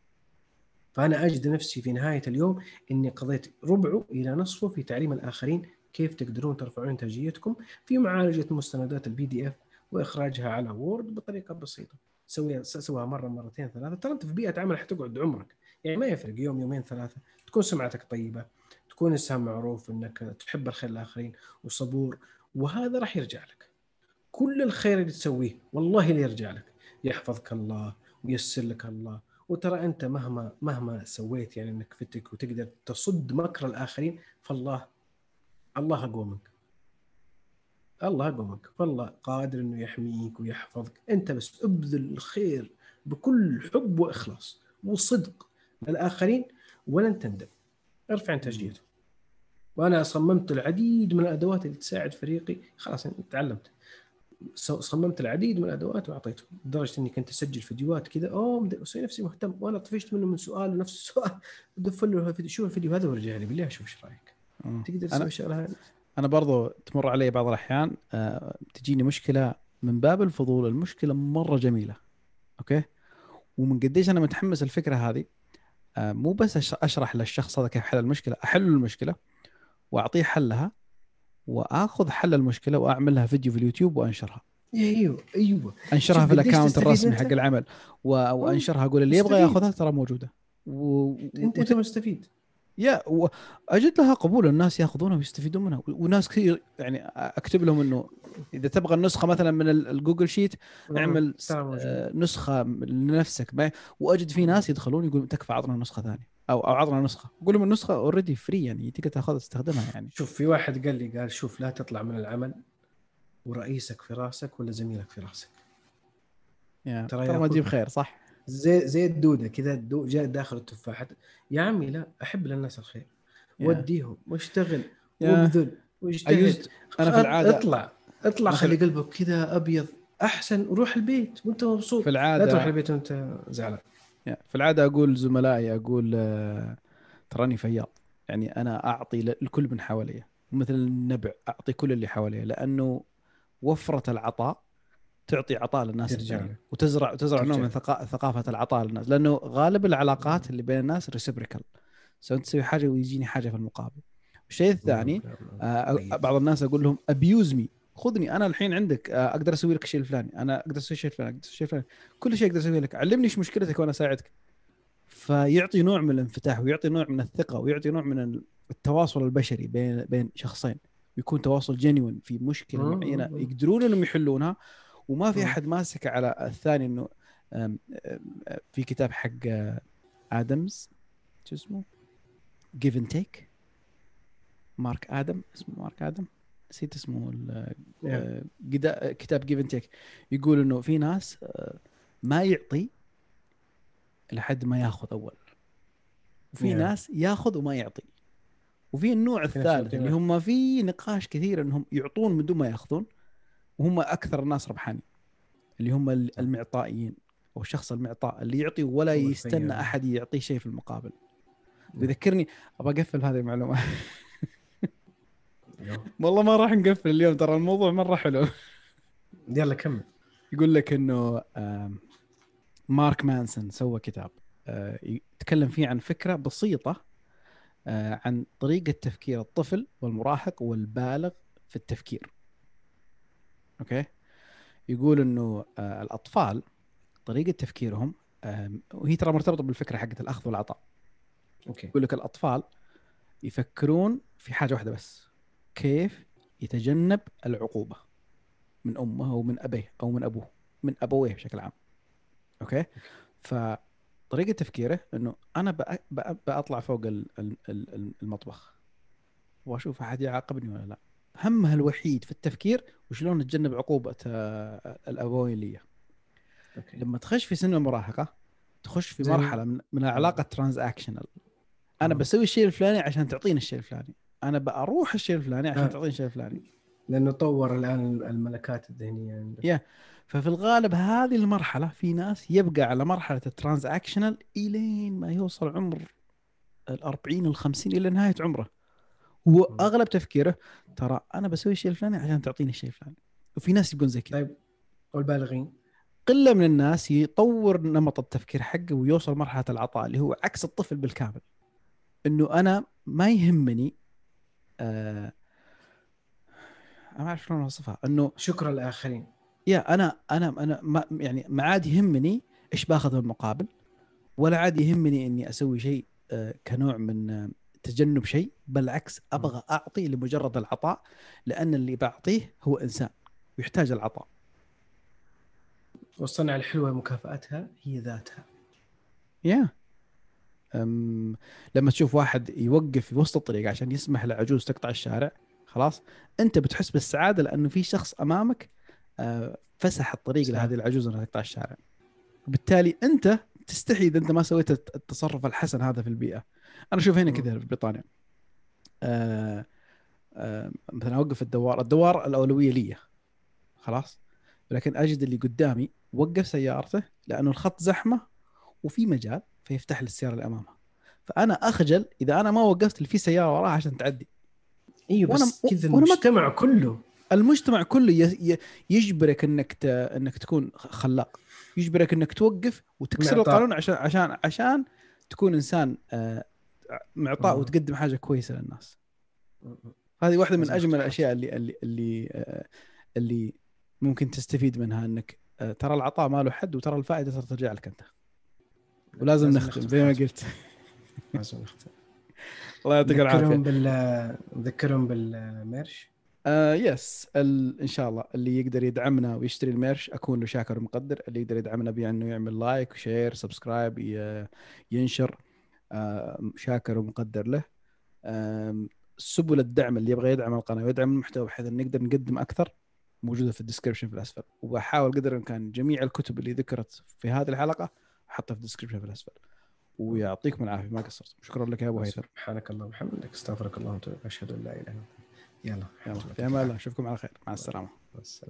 فأنا أجد نفسي في نهاية اليوم إني قضيت ربعه إلى نصفه في تعليم الآخرين كيف تقدرون ترفعون إنتاجيتكم في معالجة مستندات البي دي إف وإخراجها على وورد بطريقة بسيطة. سويها سويها مرة مرتين ثلاثة، ترى أنت في بيئة عمل حتقعد عمرك، يعني ما يفرق يوم يومين ثلاثة، تكون سمعتك طيبة، تكون إنسان معروف إنك تحب الخير للآخرين وصبور، وهذا راح يرجع لك. كل الخير اللي تسويه والله اللي يرجع لك، يحفظك الله وييسر لك الله. وترى أنت مهما مهما سويت يعني إنك فتك وتقدر تصد مكر الآخرين، فالله الله أقوى منك، الله أقوى منك، فالله قادر إنه يحميك ويحفظك. أنت بس ابذل الخير بكل حب وإخلاص وصدق للآخرين ولن تندم. ارفع إنتاجيته. وأنا صممت العديد من الأدوات اللي تساعد فريقي، خلاص تعلمت، صممت العديد من الادوات واعطيتهم، لدرجه اني كنت اسجل فيديوهات كذا، اوه اسوي نفسي مهتم، وانا طفشت منه من سؤال نفس السؤال، دفل له الفيديو، شوف الفيديو هذا ورجع لي بالله شوف ايش رايك. أه. تقدر تسوي انا الشغله هذه. انا برضو تمر علي بعض الاحيان أه تجيني مشكله من باب الفضول، المشكله مره جميله اوكي، ومن قديش انا متحمس الفكره هذه. أه مو بس أش- اشرح للشخص هذا كيف حل المشكله، احل له المشكله واعطيه حلها، واخذ حل المشكله واعملها فيديو في اليوتيوب وانشرها. ايوه ايوه. انشرها شوف في قديش الاكونت تستفيد الرسمي حق انت. العمل و... آه، وانشرها، اقول اللي يبغى مستفيد. ياخذها ترى موجوده و... انت وت... انت مستفيد. يا واجد لها قبول، الناس ياخذونها ويستفيدون منها، وناس كثير يعني اكتب لهم انه اذا تبغى النسخه مثلا من ال- الجوجل شيت آه، اعمل س- ترى موجود. آه، نسخه لنفسك ما- واجد في ناس يدخلون يقول تكفى عطنا نسخه ثانيه او او عطنا نسخه، اقول لهم النسخه اوريدي فري يعني تقدر تاخذها تستخدمها يعني. شوف في واحد قال لي، قال شوف لا تطلع من العمل ورئيسك في راسك ولا زميلك في راسك. يا ترى ترى ما تجيب ياخذها خير صح. زي زي الدوده كذا، الدو جاء داخل التفاحه. يا عمي لا، احب للناس الخير، يا وديهم واشتغل يا وابذل واجتهد. ايوزد خ- انا في العاده اطلع اطلع خلي مثلا قلبك كذا ابيض احسن، وروح البيت وانت في مبسوط. لا تروح العاده البيت وانت زعلان. يا في العاده اقول لزملائي اقول آه، تراني فياض، يعني انا اعطي للكل من حواليا، مثل النبع اعطي كل اللي حواليا، لانه وفرة العطاء تعطي عطاء للناس ترجع الثانيين، لك. وتزرع تزرع نوع ترجع من لك. ثقا- ثقافة العطاء للناس، لأنه غالب العلاقات اللي بين الناس ريسبريكال، سو أنت تسوي حاجة ويجيني حاجة في المقابل. الشيء نعم الثاني نعم. آه، طيب. بعض الناس أقول لهم أبيوز مي، خذني أنا الحين عندك، آه، أقدر أسوي لك الشيء الفلاني، أنا أقدر أسوي الشيء الفلاني، أقدر أسوي الشيء الفلاني، كل شيء أقدر أسويه لك، علمني إيش مشكلتك وأنا أساعدك. فيعطي نوع من الانفتاح، ويعطي نوع من الثقة، ويعطي نوع من التواصل البشري بين بين شخصين، يكون تواصل جينيون في مشكلة معينة مم. يقدرون انهم يحلونها، وما في مم. احد ماسك على الثاني. انه أم- أم- في كتاب حق آه، ادمز، شو اسمه، جيف اند تيك، مارك ادم، اسمه مارك ادم، نسيت اسمه ال- نعم. آه، قدا- كتاب جيف اند تيك، يقول انه في ناس آه، ما يعطي لحد ما ياخذ اول، وفي نعم. ناس ياخذ وما يعطي، وفي النوع في ناس الثالث اللي يعطينا. هم في نقاش كثير انهم يعطون من دون ما ياخذون، وهم اكثر الناس ربحانين، اللي هم صح. المعطائيين، او الشخص المعطاء اللي يعطي ولا هو يستنى الفياض. احد يعطيه شيء في المقابل. نعم. بيذكرني، ابغى اقفل هذه المعلومه. يلا. والله ما راح نقفل اليوم، ترى الموضوع مره حلو. يلا كمل. يقول لك انه آم، مارك مانسون سوى كتاب آه، يتكلم فيه عن فكره بسيطه آه، عن طريقه تفكير الطفل والمراهق والبالغ في التفكير. اوكي، يقول انه آه، الاطفال طريقه تفكيرهم آم، وهي ترى مرتبطه بالفكره حقت الاخذ والعطاء. اوكي. يقول لك الاطفال يفكرون في حاجه واحده بس، كيف يتجنب العقوبه من امه او من ابيه او من ابوه، من ابويه بشكل عام. اوكي، فطريقه تفكيره انه انا بأ- بأ- بأطلع فوق ال- ال- ال- المطبخ واشوف احد يعاقبني ولا لا. همها الوحيد في التفكير وشلون نتجنب عقوبه آه، الابوين لي. اوكي. لما تخش في سن المراهقه تخش في زي. مرحله من من العلاقه ترانزاكشنال، انا مم. بسوي الشيء الفلاني عشان تعطيني الشيء الفلاني، انا بروح الشيء الفلاني عشان آه. تعطيني الشيء الفلاني. لانه طور الان الملكات الذهنيه عندك. يا ففي الغالب هذه المرحله في ناس يبقى على مرحله الترانزاكشنال الين ما يوصل عمر الأربعين والخمسين إلى نهاية عمره، هو مم. أغلب تفكيره ترى أنا بسوي الشيء الفلاني عشان تعطيني الشيء الفلاني. وفي ناس يكون زي كذا. طيب والبالغين؟ قلة من الناس يطور نمط التفكير حقه ويوصل مرحلة العطاء اللي هو عكس الطفل بالكامل، إنه أنا ما يهمني آه أنا ما أعرف شلون أوصفها، إنه شكر الآخرين. يا أنا أنا أنا ما يعني ما عاد يهمني إيش باخذ بالمقابل، ولا عاد يهمني إني أسوي شيء آه كنوع من آه تجنب شيء، بالعكس مم. أبغى أعطي لمجرد العطاء، لأن اللي بعطيه هو إنسان ويحتاج العطاء. والصنعة الحلوة مكافأتها هي ذاتها. يا أم لما تشوف واحد يوقف في وسط الطريق عشان يسمح لعجوز تقطع الشارع، خلاص انت بتحس بالسعاده لانه في شخص امامك آه، فسح الطريق صح. لهذه العجوز انها تقطع الشارع. وبالتالي انت تستحي اذا انت ما سويت الت- التصرف الحسن هذا في البيئه. انا اشوف هنا مم. كذا في بريطانيا، آه، آه، مثلا اوقف الدوار، الدوار الاولويه لي، خلاص، لكن اجد اللي قدامي وقف سيارته لانه الخط زحمه وفي مجال فيفتح لي السياره اللي امامها، فانا اخجل اذا انا ما وقفت اللي في سياره وراها عشان تعدي. ايوه وانا بس كذا وانا ما المجتمع كله. المجتمع كله ي- ي- يجبرك انك ت... انك تكون خلاق، يجبرك انك توقف وتكسر القانون معطاء. عشان عشان عشان تكون انسان آه، معطاء مم. وتقدم حاجه كويسه للناس. مم. هذه واحده من لازم اجمل اختلاط. الاشياء اللي اللي اللي آه، اللي ممكن تستفيد منها، انك آه، ترى العطاء ما له حد، وترى الفائده ترى ترجع لك انت. ولازم لازم نختم نختم زي ما حاجة. قلت. لازم نختم. الله يعطيك العافيه. ذكرهم بال ذكرهم بالميرش. آه يس ال... ان شاء الله اللي يقدر يدعمنا ويشتري الميرش اكون له شاكر ومقدر. اللي يقدر يدعمنا بانه يعمل لايك وشير سبسكرايب ي... ينشر، آه شاكر ومقدر له. آه سبل الدعم اللي يبغى يدعم القناه ويدعم المحتوى بحيث ان نقدر نقدم اكثر موجوده في الديسكربشن في الاسفل، وبحاول قدر الامكان جميع الكتب اللي ذكرت في هذه الحلقه احطها في الديسكربشن في الاسفل. ويعطيكم العافيه، ما قصرت. شكرا لك يا ابو هيثم. سبحانك اللهم وبحمدك، استغفرك اللهم واتوب إليك، اشهد ان لا اله الا انت. يلا يلا الحمد لله، في يعطيك امان الله، العافيه. اشوفكم على خير، مع السلامه. والسلام.